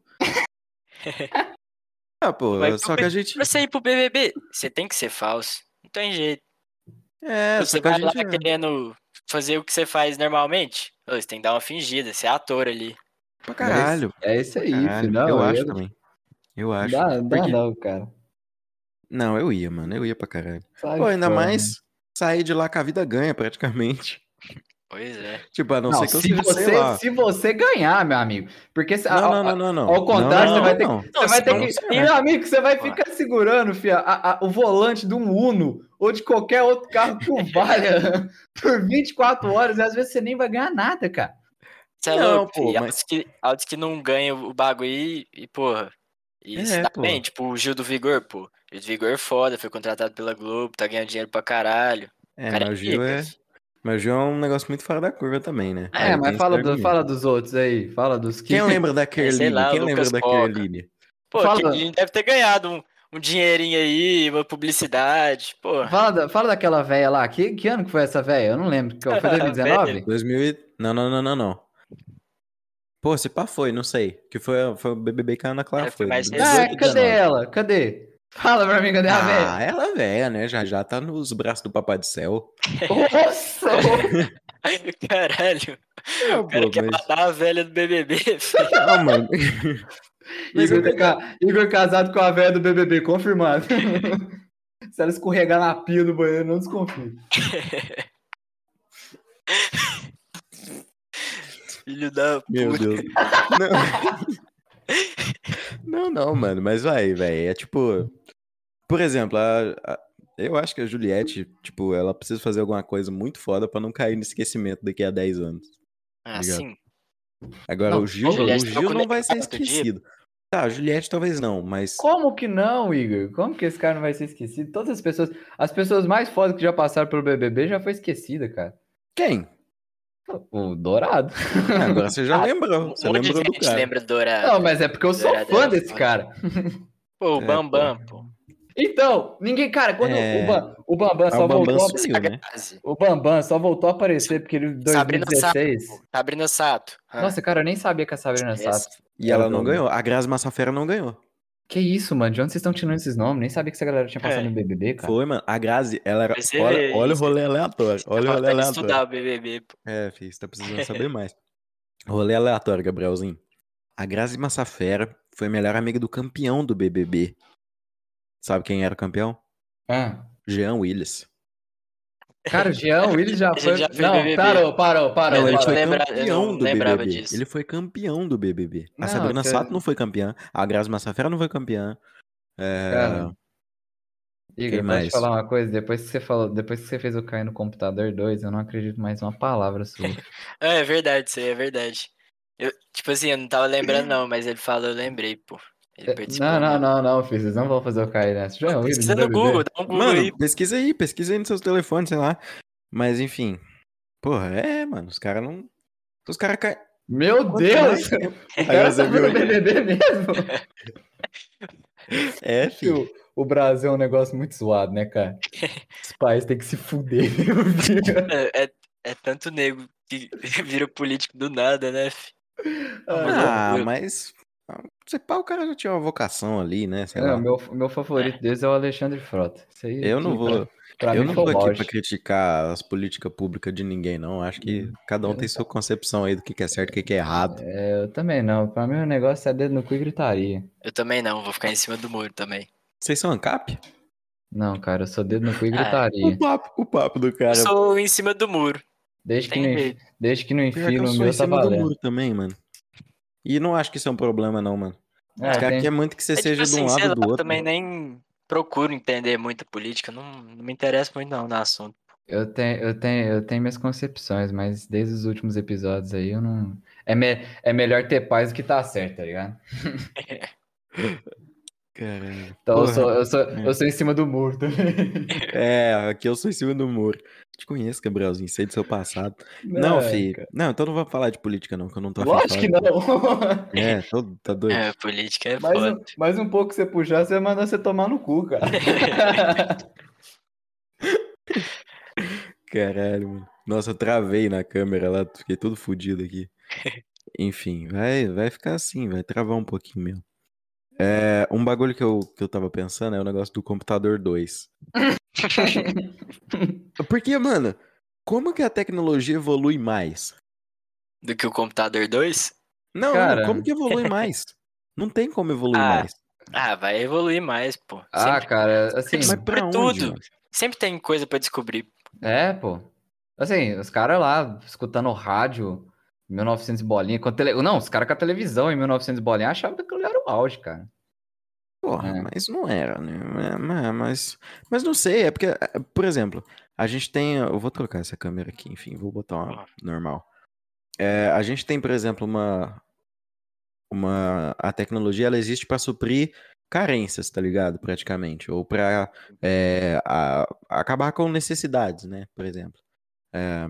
Ah, pô, Mas só que a gente. pra você ir pro B B B, você tem que ser falso. Não tem jeito. É, Você só que a vai lá gente. querendo fazer o que você faz normalmente, ô, você tem que dar uma fingida, ser ator ali. Pra É isso, caralho. é isso Pra aí, caralho. filho. Não, eu eu acho ia- também. Eu acho. Dá, dá Porque... não, cara. Não, eu ia, mano. Eu ia pra caralho. Sai Pô, ainda fora, mais sair de lá com a vida ganha, praticamente. Pois é. Tipo, a não, Não, ser que eu se seja, sei você, lá. se você ganhar, meu amigo. Porque se- Não, a- não, não, a- não, não. ao contrário, Não, você não, vai não, ter não. que. Não, Você vai se ter não que. sair. Meu amigo, você vai Ué. ficar segurando, fia, a- a- o volante de um Uno ou de qualquer outro carro que o valha por vinte e quatro horas e às vezes você nem vai ganhar nada, cara. Você é Não, louco, pô, filho. mas- Altos que, altos que não ganham o bagulho e, e, porra. E se É, dá pô. bem, tipo o Gil do Vigor, pô. O Gil do Vigor é foda, foi contratado pela Globo, tá ganhando dinheiro pra caralho. É, O cara mas o é Gil pica, é. fi. Mas o Gil é um negócio muito fora da curva também, né? É, Aí É, mas tem esse fala, do, argumento. fala dos outros aí. Fala dos que. Quem lembra da É, sei Kerline? lá, Quem o lembra Lucas da Coca. Kerline? Pô, Fala que do- ele deve ter ganhado um, um dinheirinho aí, uma publicidade, pô. Fala, da- fala daquela véia lá. Que, que ano que foi essa véia? Eu não lembro. Que- Foi dois mil e dezenove? dois mil e... Não, não, não, não, não. Pô, se pá foi, não sei. Que foi, foi o B B B que a Ana Clara É, foi foi. mais dezoito, Ah, recente. cadê dezenove. ela? Cadê? Fala pra mim, cadê a Ah, velha? ela é velha, né? Já já tá nos braços do Papai do Céu. Nossa! Caralho. Não, O cara pô, quer mas. matar a velha do B B B, filho. Não, mano. Mas é Igor, tá verdade. ca- Igor casado com a velha do B B B, confirmado. Se ela escorregar na pia do banheiro, não desconfio. Filho da Meu puta. Deus. Não. Não, não, mano. Mas vai, velho. É tipo. Por exemplo, a, a- eu acho que a Juliette, tipo, ela precisa fazer alguma coisa muito foda pra não cair no esquecimento daqui a dez anos. Ah, Ligado? sim. Agora, Não, o Gil, Juliette o Gil trocou não vai ser Neymar outro dia. esquecido. Tá, a Juliette talvez não, mas. Como que não, Igor? Como que esse cara não vai ser esquecido? Todas as pessoas, as pessoas mais fodas que já passaram pelo B B B já foi esquecida, cara. Quem? O Dourado. Ah, agora você já Ah, lembrou. Um Você monte de lembrou do gente cara. lembra do Dourado. Não, mas é porque eu sou Dourado fã era desse foda. cara. Pô, o É, Bambam, pô. Então, ninguém, cara, quando É. o, Bam- o Bambam Ah, só o Bambam voltou, a- sumiu, né? Sagazzi. o Bambam só voltou a aparecer porque ele em Sabrina Sato, dois mil e dezesseis. pô. Sabrina Sato. Ah, Nossa, cara, eu nem sabia que a Sabrina esquece. Sato E era ela não do... ganhou. A Grazi Massafera não ganhou. Que isso, mano? De onde vocês estão tirando esses nomes? Nem sabia que essa galera tinha passado É. no B B B, cara. Foi, mano. A Grazi, ela era. Pra você Olha, ver olha o isso. rolê aleatório. Tá Olha o rolê faltando aleatório. estudar o B B B, pô. É, filho, você tá precisando saber mais. Rolê aleatório, Gabrielzinho. A Grazi Massafera foi a melhor amiga do campeão do B B B. Sabe quem era o campeão? Ah. Jean Willis. Cara, o Jean Willis já A gente foi... já fez Não, B B B. parou, parou, parou. Não, ele eu parou. foi lembra- eu campeão não do lembrava B B B. disso. Ele foi campeão do B B B. A Não, Sabrina cê- Sato não foi campeã. A Grazi Massafera não foi campeã. É... Cara, Igor, Quem posso mais? te falar uma coisa? Depois que você falou, depois que você fez o cair no computador dois, eu não acredito mais em uma palavra sua. É, é verdade, isso aí é verdade. Eu, tipo assim, eu não tava lembrando não, mas ele falou, eu lembrei, pô. Ele participou Não, não, mesmo. não, não, filho, vocês não vão fazer o cair nessa. Jean Willis Pesquisa no no B B B. Google, dá um Google aí. Mano, pesquisa aí, pesquisa aí nos seus telefones, sei lá. Mas enfim. Porra, é, mano, os caras não. Os caras caem. Meu Quanto Deus! mais tempo- O Aí cara você tá viu no aí? B B B mesmo? É, filho. O, o Brasil é um negócio muito zoado, né, cara? Os países têm que se fuder, meu filho. É, é, é tanto nego que vira político do nada, né, fi? Ah, eu- mas. Você pá, o cara já tinha uma vocação ali, né? Sei É, lá. o meu, o meu favorito deles é o Alexandre Frota. Isso aí, Eu não aqui, vou. Pra, pra eu mim não foi tô o aqui pra auge. criticar as políticas públicas de ninguém, não. Acho que cada um tem sua concepção aí do que que é certo e o que que é errado. É, eu também não. Pra mim o negócio é dedo no cu e gritaria. Eu também não, vou ficar em cima do muro também. Vocês são ANCAP? Não, cara, eu sou dedo no cu e Ah, gritaria. O papo, o papo do Eu cara. sou em cima do muro. Desde que, Tem não, enfi- jeito. desde que não Pior que enfio eu no sou em meu, tá cima do valendo. muro também, mano. E não acho que isso é um problema, não, mano. É, Os caras tem- querem muito que você É tipo seja de assim, um sei lado lá, ou do eu outro. também nem procuro entender muito política, não, não me interessa muito não no assunto. Eu tenho, eu tenho, eu tenho minhas concepções, mas desde os últimos episódios aí eu não. É, me- é melhor ter paz do que tá certo, tá ligado? Caralho. Então eu Porra. sou, eu, sou, eu sou em cima do muro também. É, aqui eu sou em cima do muro. Te conheço, Gabrielzinho, sei do seu passado. Não, fi. cara. Não, então não vou falar de política, não, que eu não tô afim de Lógico falar que de política. não. É, tô, tá doido. É, política é Mais foda. um, mais um pouco que você puxar, você manda você tomar no cu, cara. Caralho, mano. Nossa, eu travei na câmera lá, fiquei todo fudido aqui. Enfim, vai, vai ficar assim, vai travar um pouquinho mesmo. É, um bagulho que eu, que eu tava pensando é o negócio do computador dois. Porque, mano, como que a tecnologia evolui mais? Do que o computador dois? Não, Cara. não, como que evolui mais? Não tem como evoluir Ah, mais. Ah, vai evoluir mais, pô. Ah, Sempre, cara, assim. Mas pra sobre onde, tudo. mano? Sempre tem coisa pra descobrir. É, pô. Assim, os caras lá escutando rádio mil e novecentos bolinha. Com tele... Não, os caras com a televisão em mil e novecentos bolinha achavam que aquilo era o auge, cara. Porra, É. mas não era, né? É, Mas, mas, mas não sei, é porque, é, por exemplo, a gente tem. Eu vou trocar essa câmera aqui, enfim, vou botar uma normal. É, a gente tem, por exemplo, uma. uma a tecnologia ela existe para suprir carências, tá ligado? Praticamente. Ou para é, a- acabar com necessidades, né? Por exemplo. É,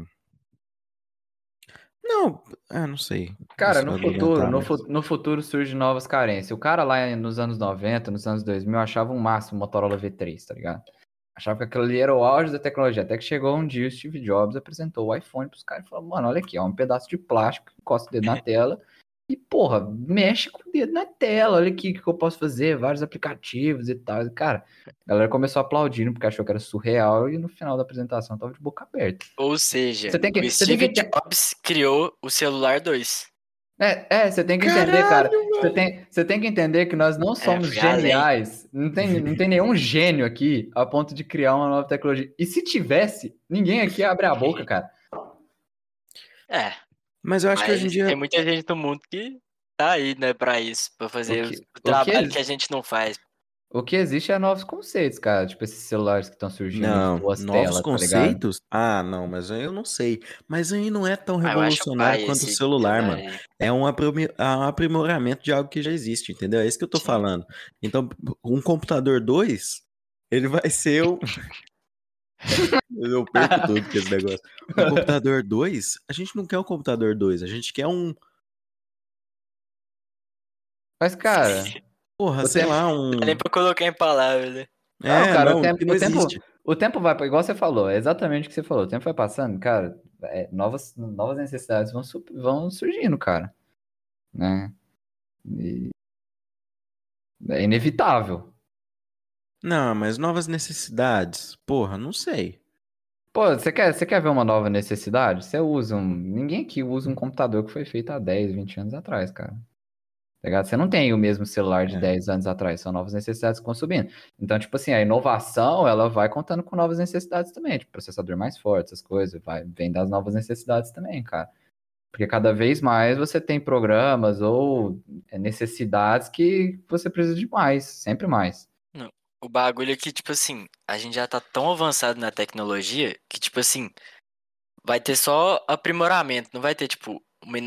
Não, ah, não sei. Cara, Isso no vai futuro, argumentar, no, mas- fu- no futuro surgem novas carências. O cara lá nos anos noventa, nos anos dois mil, achava um máximo o Motorola V três, tá ligado? Achava que aquilo ali era o auge da tecnologia. Até que chegou um dia o Steve Jobs apresentou o iPhone pros caras e falou, mano, olha aqui, ó, um pedaço de plástico, encosta o dedo na tela E, porra, mexe com o dedo na tela. Olha aqui o que eu posso fazer, vários aplicativos e tal. E, cara, a galera começou aplaudindo porque achou que era surreal e no final da apresentação tava de boca aberta. Ou seja, Você tem que, o você tem Steve que, Jobs criou o celular dois. é, é, você tem que entender, cara. Você tem, você tem que entender que nós não É, somos foi além. geniais. Não tem, não tem nenhum gênio aqui a ponto de criar uma nova tecnologia. E se tivesse, ninguém aqui abre a boca, cara. É, Mas eu acho que hoje em mas dia. tem muita gente no mundo que tá aí, né, pra isso, pra O fazer que, o o que, trabalho ex- que a gente não faz. o que existe é novos conceitos, cara. Tipo esses celulares que estão surgindo de Não, duas novos telas, tá ligado? conceitos? Ah, não, mas aí eu não sei. Mas aí não é tão Ah, eu acho revolucionário pai quanto o esse celular, celular mano. aí. É um aprimi- é um aprimoramento de algo que já existe, entendeu? É isso que eu tô Sim. falando. Então, um computador dois, ele vai ser um. Eu perco tudo com esse negócio. Um computador dois, a gente não quer um computador dois, a gente quer um. Mas, cara, Porra, o sei tempo. lá, Não dá nem um. pra colocar em palavras, né? Não, É, cara, o não, tempo, que não o tempo, existe. o tempo vai, igual você falou, é exatamente o que você falou. O tempo vai passando, cara, é, novas, novas necessidades vão, su- vão surgindo, cara, né? E é inevitável. Não, mas novas necessidades. Porra, não sei. Pô, você quer, você quer ver uma nova necessidade? Você usa um. Ninguém aqui usa um computador que foi feito há dez, vinte anos atrás, cara. Tá ligado? Você não tem o mesmo celular de É. dez anos atrás, são novas necessidades que vão subindo. Então, tipo assim, a inovação, ela vai contando com novas necessidades também, tipo, processador mais forte, essas coisas, vai, vem das novas necessidades também, cara. Porque cada vez mais você tem programas ou é, necessidades que você precisa de mais, sempre mais. Não. O bagulho é que, tipo assim, a gente já tá tão avançado na tecnologia que, tipo assim, vai ter só aprimoramento, não vai ter, tipo, uma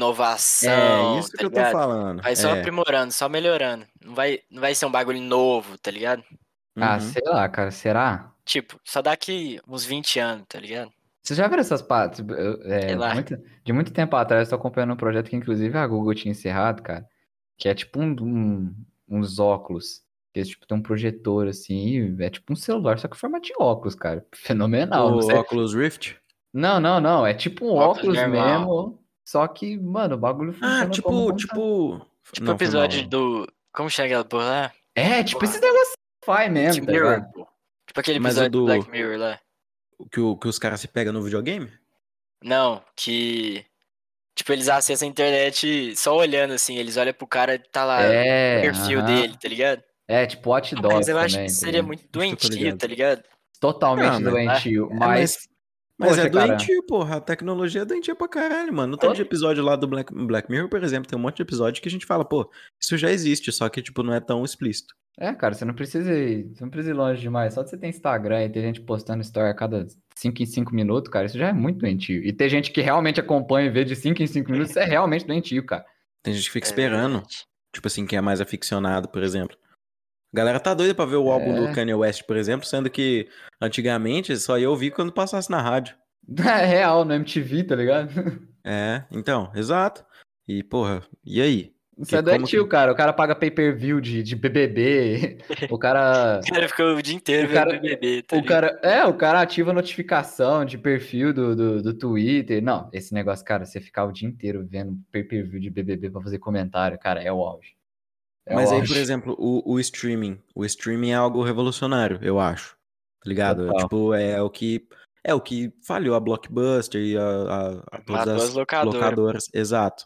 É, inovação, isso tá que eu tô ligado? falando. Vai só É. aprimorando, só melhorando. Não vai, não vai ser um bagulho novo, tá ligado? Ah, Uhum. sei lá, cara, será? Tipo, só daqui uns vinte anos, tá ligado? Você já viu essas partes? Eu- Sei é, lá. muito, de muito tempo atrás, eu tô acompanhando um projeto que, inclusive, a Google tinha encerrado, cara, que é tipo um, um- uns óculos, que é, tipo, tem um projetor, assim, e é tipo um celular, só que em forma de óculos, cara. Fenomenal, não O sei. Oculus Rift? Não, não, não, é tipo um Um óculos óculos normal. mesmo, só que, mano, o bagulho Ah, funciona como um tipo, computador. tipo. Tipo o Não, foi episódio mal. do. Como chama aquela porra lá? É, tipo esse Porra, negócio faz Black mesmo, tá Mirror, ligado? pô. Tipo aquele Mas o episódio do do. Black Mirror lá. o Que, o, que os caras se pegam no videogame? Não, que. Tipo, eles acessam a internet só olhando assim. Eles olham pro cara e tá lá o É, perfil dele, aham. tá ligado? É, tipo Watch Ah, mas Dogs eu acho que também, isso tá seria ligado? muito Acho que eu tô doentio, ligado. tá ligado? Ah, Totalmente mas. Ah, doentio, É, mas. mas, Mas é poxa, cara, doentio, porra. A tecnologia é doentia pra caralho, mano. No tanto de to- episódio lá do Black, Black Mirror, por exemplo, tem um monte de episódio que a gente fala, pô, isso já existe, só que, tipo, não é tão explícito. é, cara, você não precisa ir, você não precisa ir longe demais. Só de você ter Instagram e ter gente postando story a cada cinco em cinco minutos, cara, isso já é muito doentio. E ter gente que realmente acompanha e vê de cinco em cinco minutos, isso é realmente doentio, cara. Tem gente que fica é esperando. verdade. Tipo assim, quem é mais aficionado, por exemplo. A galera tá doida pra ver o álbum do É, Kanye West, por exemplo, sendo que antigamente só ia ouvir quando passasse na rádio. é real no M T V, tá ligado? É, então, exato. E, porra, e aí? Isso Que, é como doentio, que. cara. O cara paga pay-per-view de, de B B B. O O cara. cara ficou o dia O inteiro vendo cara. B B B, tá O ligado? cara. É, o cara ativa a notificação de perfil do, do, do Twitter. Não, esse negócio, cara, você ficar o dia inteiro vendo pay-per-view de B B B pra fazer comentário, cara, é o auge. É o Mas aí, por auge. exemplo, o, o streaming. O streaming é algo revolucionário, eu acho. Tá ligado? É, Total. tipo, é o que. É o que falhou a Blockbuster e a, a- a todas Matou as as locadoras. locadoras. Exato.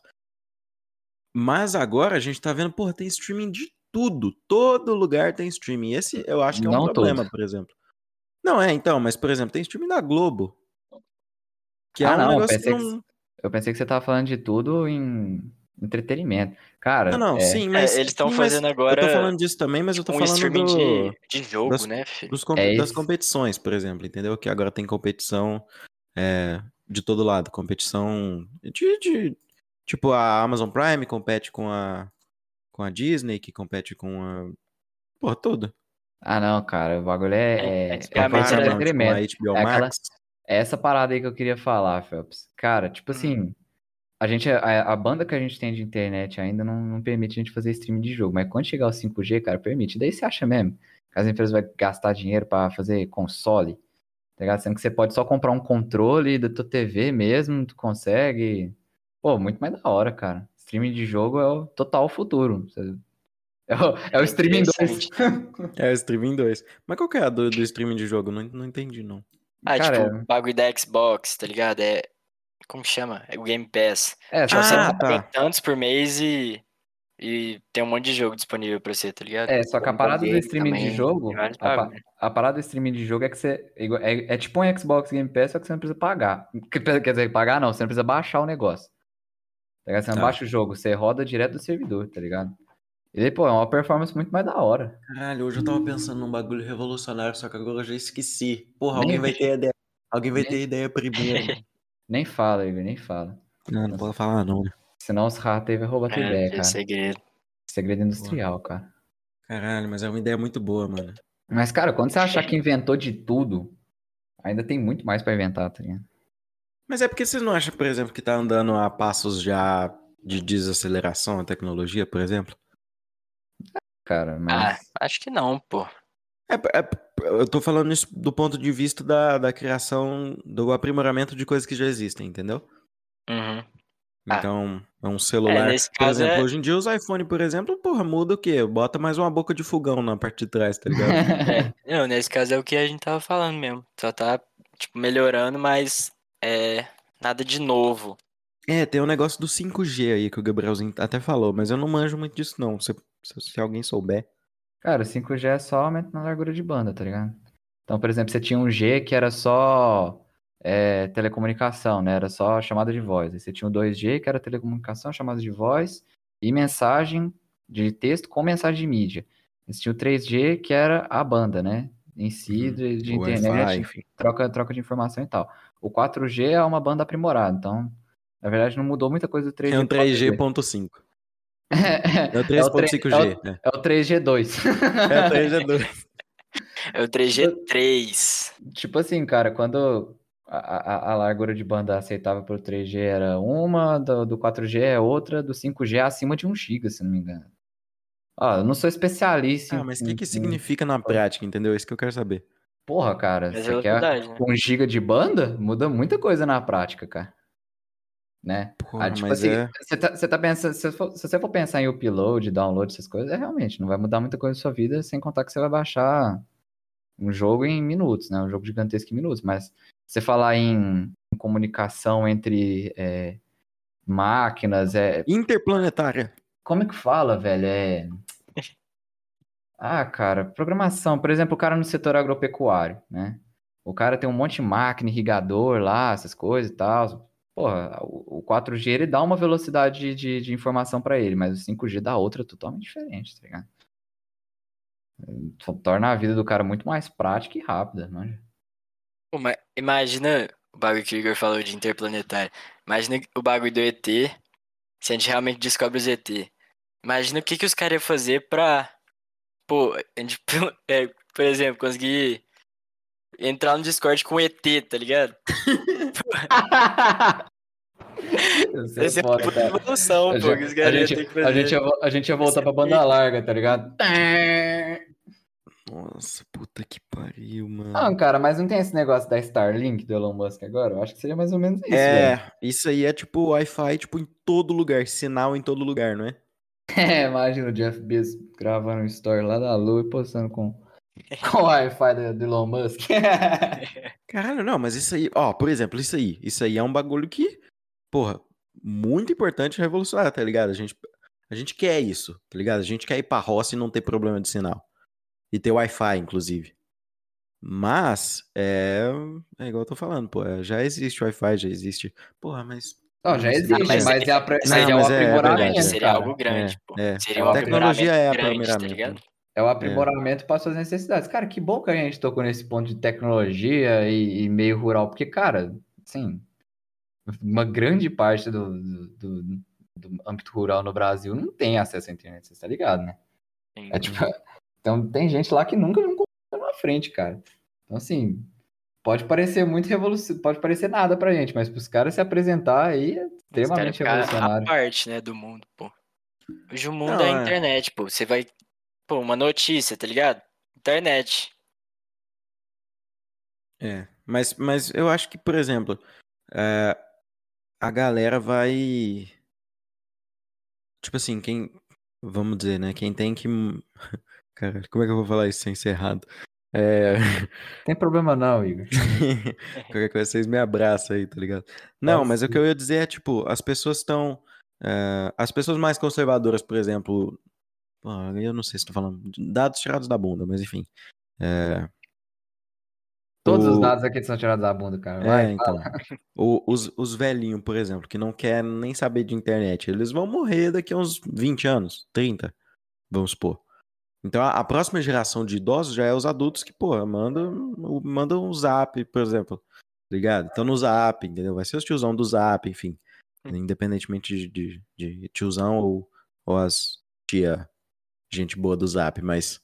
Mas agora a gente tá vendo, porra, tem streaming de tudo. Todo lugar tem streaming. Esse eu acho que é um Não todo. problema, por exemplo. Não é, então, mas, por exemplo, tem streaming da Globo, que é Ah, um não, eu negócio que pensei que, não. eu pensei que você tava falando de tudo em entretenimento. Não, Cara, não, é. sim, É, mas. eles estão Sim, mas fazendo eu tô agora falando disso também, mas eu tô tipo um falando streaming do. de, de jogo, Das, né, filho? dos com- É das isso. competições, por exemplo, entendeu? Que agora tem competição é, de todo lado. Competição de, de- Tipo, a Amazon Prime compete com a, com a Disney, que compete com a. Porra, tudo. Ah, não, cara, o bagulho É, é, é, Com a é antigamente era. Paramount, com a entretenimento. H B O É aquela, Max. é essa parada aí que eu queria falar, Phelps. Cara, tipo Hum, assim, a gente, a, a banda que a gente tem de internet ainda não, não permite a gente fazer streaming de jogo, mas quando chegar o cinco G, cara, permite. Daí você acha mesmo que as empresas vão gastar dinheiro pra fazer console, tá ligado? Sendo que você pode só comprar um controle da tua T V mesmo, tu consegue. Pô, muito mais da hora, cara. Streaming de jogo é o total futuro. É o, é o É streaming dois. interessante. É o streaming dois. Mas qual que é a do, do streaming de jogo? Não, não entendi, não. Ah, Cara, tipo, bagulho da Xbox, tá ligado? É. Como chama? É o Game Pass. é, Tipo, só você que, Ah, a, paga tá. tantos por mês e, e tem um monte de jogo disponível pra você, tá ligado? é, só que a Como pra parada do game streaming de também, tem jogo, vários a, pa- bagulho. a parada do streaming de jogo é que você. É, igual- é- é tipo um Xbox Game Pass, só que você não precisa pagar. Quer quer dizer, pagar não, você não precisa baixar o negócio. Tá ligado? Você não Tá. baixa o jogo, você roda direto do servidor, tá ligado? E daí, pô, é uma performance muito mais da hora. Caralho, hoje eu tava pensando num bagulho revolucionário, só que agora eu já esqueci. Porra, Nem, alguém vai ter ideia. Alguém vai ter nem, ideia primeiro, mano. nem fala, Igor, nem fala. Não, não pode falar não, né? Senão os ratos aí vai roubar tua É, ideia, é cara. segredo. Segredo industrial, cara. Caralho, mas é uma ideia muito boa, mano. Mas, cara, quando você achar que inventou de tudo, ainda tem muito mais pra inventar, tá ligado? Mas é porque vocês não acham, por exemplo, que tá andando a passos já de desaceleração a tecnologia, por exemplo? Cara, Ah, mas. acho que não, pô. É, é- eu tô falando isso do ponto de vista da, da criação, do aprimoramento de coisas que já existem, entendeu? Uhum. Ah, Então, é um é, celular. nesse Por caso exemplo, é. hoje em dia os iPhone, por exemplo, porra, muda o quê? Bota mais uma boca de fogão na parte de trás, tá ligado? É, não, nesse caso é o que a gente tava falando mesmo. Só tá, tipo, melhorando, mas é nada de novo. É, tem um negócio do cinco G aí que o Gabrielzinho até falou, mas eu não manjo muito disso não. Se, se, se alguém souber. Cara, o cinco G é só aumento na largura de banda, tá ligado? Então, por exemplo, você tinha um G que era só é, telecomunicação, né? Era só chamada de voz. Aí você tinha o dois G que era telecomunicação, chamada de voz e mensagem de texto com mensagem de mídia. Você tinha o três G que era a banda, né? Em si, Uhum. de, de O Wi-Fi, internet, enfim. troca, troca de informação e tal. O quatro G é uma banda aprimorada, então, na verdade, não mudou muita coisa do É três G um pro quatro três G G. ponto cinco. É o É três o, ponto três cinco é G, o, né? é o três G dois. É o três G dois. É o três G três. Tipo assim, cara, quando a, a, a largura de banda aceitável pro três G era uma, do, do quatro G é outra, do cinco G é acima de um giga, se não me engano. Ó, eu não sou especialista Ah, em, mas o que em- que em- significa na prática, entendeu? É isso que eu quero saber. Porra, cara, É você quer velocidade, né? um giga de banda? Muda muita coisa na prática, cara. Né? Ah, Porra, tipo mas assim, é... você tá, você tá pensando, se, for- se você for pensar em upload, download, essas coisas, é realmente, não vai mudar muita coisa na sua vida, sem contar que você vai baixar um jogo em minutos, né? Um jogo gigantesco em minutos. Mas você falar em, em comunicação entre é, máquinas, é. Interplanetária. Como é que fala, velho? É. Ah, cara, programação. Por exemplo, o cara no setor agropecuário, né? O cara tem um monte de máquina, irrigador lá, essas coisas e tal. Porra, o, o quatro G ele dá uma velocidade de, de, de informação pra ele, mas o cinco G dá outra totalmente diferente, tá ligado? Só torna a vida do cara muito mais prática e rápida, manja. Pô, mas imagina o bagulho que o Igor falou de interplanetário. Imagina o bagulho do E T, se a gente realmente descobre os E T. Imagina o que que os caras iam fazer pra, pô, a gente, é, por exemplo, conseguir entrar no Discord com o E T, tá ligado? Isso é Essa é uma foda, puta cara. evolução, A pô, que os gente, a caras iam ter gente, que a gente, fazer. ia, vo- a gente ia Vai voltar ser pra banda pica. larga, tá ligado? Nossa, puta que pariu, Não, mano. cara, mas não tem esse negócio da Starlink do Elon Musk agora? Eu acho que seria mais ou menos isso, velho. É, isso aí é tipo Wi-Fi, tipo, em todo lugar, sinal em todo lugar, não é? É, imagina o Jeff Bezos gravando um story lá da Lua e postando com, com o Wi-Fi do, do Elon Musk. Caralho, não, mas isso aí, ó, por exemplo, isso aí, isso aí é um bagulho que, porra, muito importante e revolucionário, tá ligado? A gente, a gente quer isso, tá ligado? A gente quer ir pra roça e não ter problema de sinal. E ter Wi-Fi, inclusive. Mas, é, é igual eu tô falando, pô, é, já existe Wi-Fi, já existe. Porra, mas Não, já não sei. Ah, existe, mas, É, mas é, é- apre- mas mas não, é o seria mas algo é, é grande, verdade, aprimoramento, é. seria cara. algo grande, É, pô. é. Seria É um o Tecnologia aprimoramento é grande, tá aprimoramento, né? ligado? É o É. aprimoramento para suas necessidades. Cara, que bom que a gente tocou nesse ponto de tecnologia e, e meio rural, porque, cara, assim, uma grande parte do, do, do- do âmbito rural no Brasil não tem acesso à internet, você tá ligado, né? É tipo, Uhum. então tem gente lá que nunca viu um computador na frente, cara. Então, assim, pode parecer muito revolucionário, pode parecer nada pra gente, mas pros caras se apresentar aí é Os caras extremamente ficar à revolucionário. parte, né, do mundo, pô. Hoje o mundo é a Não, é. internet, pô. Você vai, pô, uma notícia, tá ligado? Internet. É. Mas, mas eu acho que, por exemplo, é, a galera vai. tipo assim, quem, vamos dizer, né, quem tem que, cara, como é que eu vou falar isso sem ser errado? É, Tem problema não, Igor. qualquer coisa vocês me abraçam aí, tá ligado? Não, Pode mas o que ser. eu ia dizer é, tipo, as pessoas estão, é, as pessoas mais conservadoras, por exemplo, pô, eu não sei se tô falando, de dados tirados da bunda, mas enfim, é, Todos os o, dados aqui são tirados da bunda, cara. Vai, é, fala. então, o- os, os velhinhos, por exemplo, que não querem nem saber de internet, eles vão morrer daqui a uns vinte anos, trinta, vamos supor. Então a, a próxima geração de idosos já é os adultos que, pô, mandam, mandam um zap, por exemplo, ligado? Então no zap, entendeu? Vai ser os tiozão do zap, enfim, independentemente de, de, de tiozão ou, ou as tia, gente boa do zap, mas,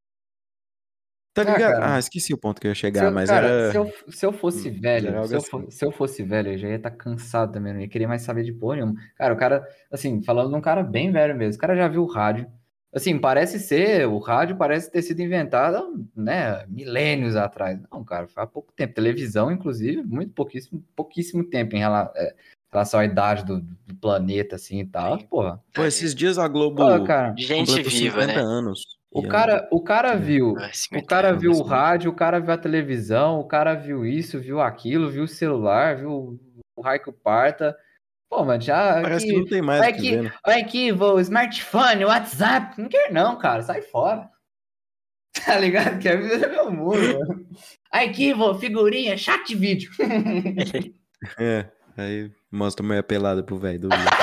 tá Ah, ligado? cara. Ah, esqueci o ponto que eu ia Se chegar, eu, mas cara, se era, eu, se eu fosse mas era velho, algo se eu, assim. fo- se eu fosse velho, eu já ia estar cansado também, não ia querer mais saber de porra nenhuma. Cara, o cara, assim, falando de um cara bem velho mesmo, o cara já viu o rádio. Assim, parece ser, o rádio parece ter sido inventado, né, milênios atrás. Não, cara, faz pouco tempo. Televisão, inclusive, muito pouquíssimo, pouquíssimo tempo em rela- é, relação à idade do, do planeta, assim, e tal. Sim. Porra, Pô, Aí, esses dias a Pô, Globo cara, gente completou viva, cinquenta né? anos. O E eu, cara, o cara entendeu? viu, Ah, o cinquenta cara viu anos. o rádio, o cara viu a televisão, o cara viu isso, viu aquilo, viu o celular, viu o raio que parta. Pô, mas já Parece que aqui, não tem mais olha o que ver, aqui, né? olha aqui, vou smartphone, WhatsApp, não quer não, cara, sai fora. Tá ligado? Quer viver meu mundo, mano. Olha aqui, vou figurinha, chat de vídeo. É, aí mostra a mulher pelada pro velho do vídeo.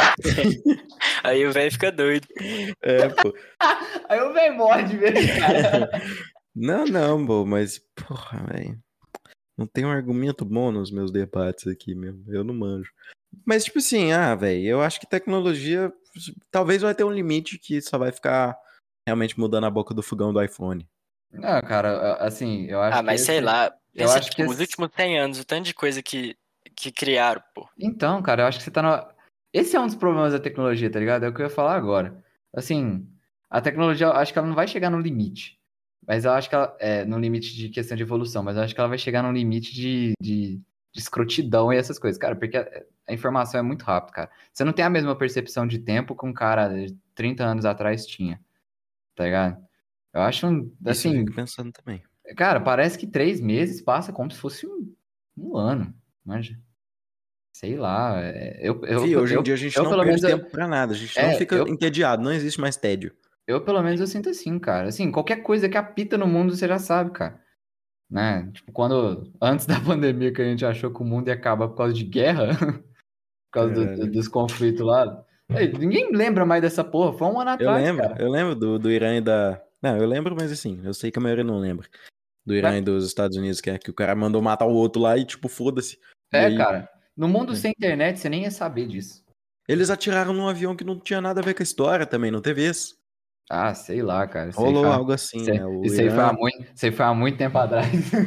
Aí o velho fica doido. É, pô. Aí o velho morre de vez, cara. Não, não, pô, mas, porra, velho. Não tem um argumento bom nos meus debates aqui mesmo. Eu não manjo. Mas, tipo assim, ah, velho, eu acho que tecnologia talvez vai ter um limite que só vai ficar realmente mudando a boca do fogão do iPhone. Não, cara, assim, eu Ah, acho que mas sei esse, lá. eu Pensa, acho que tipo, os esse, últimos cem anos, o tanto de coisa que, que criaram, pô. então, cara, eu acho que você tá no... Esse é um dos problemas da tecnologia, tá ligado? É o que eu ia falar agora. Assim, a tecnologia, eu acho que ela não vai chegar no limite. Mas eu acho que ela, é, no limite de questão de evolução, mas eu acho que ela vai chegar no limite de, de, de escrotidão e essas coisas, cara, porque a, a informação é muito rápida, cara. Você não tem a mesma percepção de tempo que um cara de trinta anos atrás tinha, tá ligado? Eu acho, um- Isso eu fico assim, pensando também. cara, parece que três meses passa como se fosse um, um ano, manja. Sei lá, é, eu, eu, Fih, hoje em dia eu, a gente eu não pelo perde menos, eu- tempo pra nada. A gente não é, fica eu, entediado. Não existe mais tédio. eu pelo menos eu sinto assim, cara. Assim, qualquer coisa que apita no mundo você já sabe, cara. Né? Tipo, quando, antes da pandemia que a gente achou que o mundo ia acabar por causa de guerra, por causa do- do- Caralho. dos conflitos lá. Ei, ninguém lembra mais dessa porra, foi um ano Eu atrás, lembro, cara. eu lembro do, do Irã e da. Não, eu lembro, mas assim, eu sei que a maioria não lembra. Do Irã Mas, e dos Estados Unidos, que é que o cara mandou matar o outro lá e, tipo, foda-se. E é, aí. cara, no mundo É. sem internet você nem ia saber disso. Eles atiraram num avião que não tinha nada a ver com a história também, não teve isso? Ah, sei lá, cara. Isso aí foi, Rolou há- algo assim, isso aí, né? O isso aí foi há Irã. muito, isso aí foi há muito tempo atrás.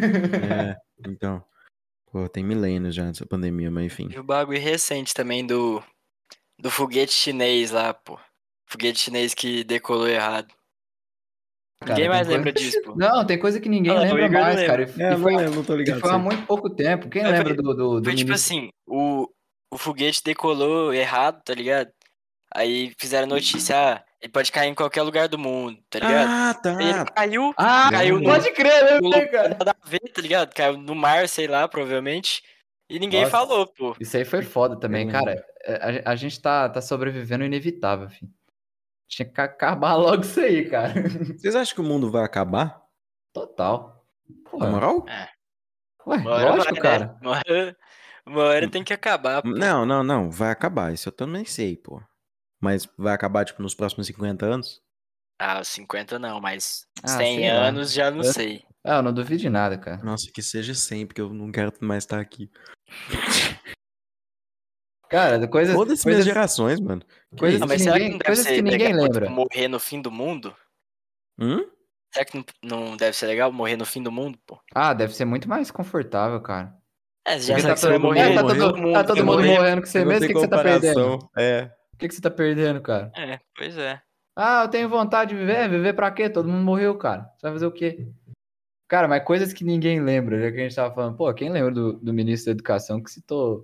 É, então. Pô, tem milênios já nessa pandemia, mas enfim. E o bagulho recente também do, do foguete chinês lá, pô. Foguete chinês que decolou errado. Cara, Ninguém tem mais coisa. lembra disso, pô. Não, tem coisa que ninguém Ah, lá, o lembra Igor não mais, cara. lembra. E, É, e eu não foi, lembro, não tô e ligado foi disso há aí. muito pouco tempo. Quem Mas lembra foi, do, do, do foi tipo ministro? assim, o, o foguete decolou errado, tá ligado? Aí fizeram notícia, ah, ele pode cair em qualquer lugar do mundo, tá ligado? Ah, Aí ele tá. caiu, Ah, caiu Verdade. num, pode crer, eu num lembrei, lugar cara. nada a ver, tá ligado? Caiu no mar, sei lá, provavelmente. E ninguém Nossa, falou, pô. isso aí foi foda Eu também, cara. lembro. A, a gente tá, tá sobrevivendo ao inevitável, filho. Tinha que acabar logo isso aí, cara. Vocês acham que o mundo vai acabar? Total. Na Porra. moral? É, Ué, uma hora vai, lógico, né? cara. Uma hora, uma hora tem que acabar, pô. Não, não, não. Vai acabar. Isso eu também sei, pô. Mas vai acabar, tipo, nos próximos cinquenta anos? Ah, os cinquenta não, mas Ah, cem sei lá. anos já não Eu, sei. ah, eu não duvido de nada, cara. Nossa, que seja cem, porque eu não quero mais estar aqui. Cara, coisas, Foda-se minhas coisas, gerações, mano. Que coisas Ah, que isso? mas será que ninguém, não deve coisas que ser ninguém legal, tipo, lembra. morrer no fim do mundo? Hum? Será que não, não deve ser legal morrer no fim do mundo, pô? Ah, deve ser muito mais confortável, cara. É, você já Porque sabe tá, que você vai to... Todo é, morrer, mundo tá morreu? todo todo, tá mundo todo vai mundo morrer. morrendo com você Não mesmo, o tem que, que você tá perdendo? comparação. É. O que, que você tá perdendo, cara? É, pois é. Ah, eu tenho vontade de viver. Viver pra quê? Todo mundo morreu, cara. Você vai fazer o quê? Cara, mas coisas que ninguém lembra, já que a gente tava falando. Pô, quem lembra do, do ministro da Educação que citou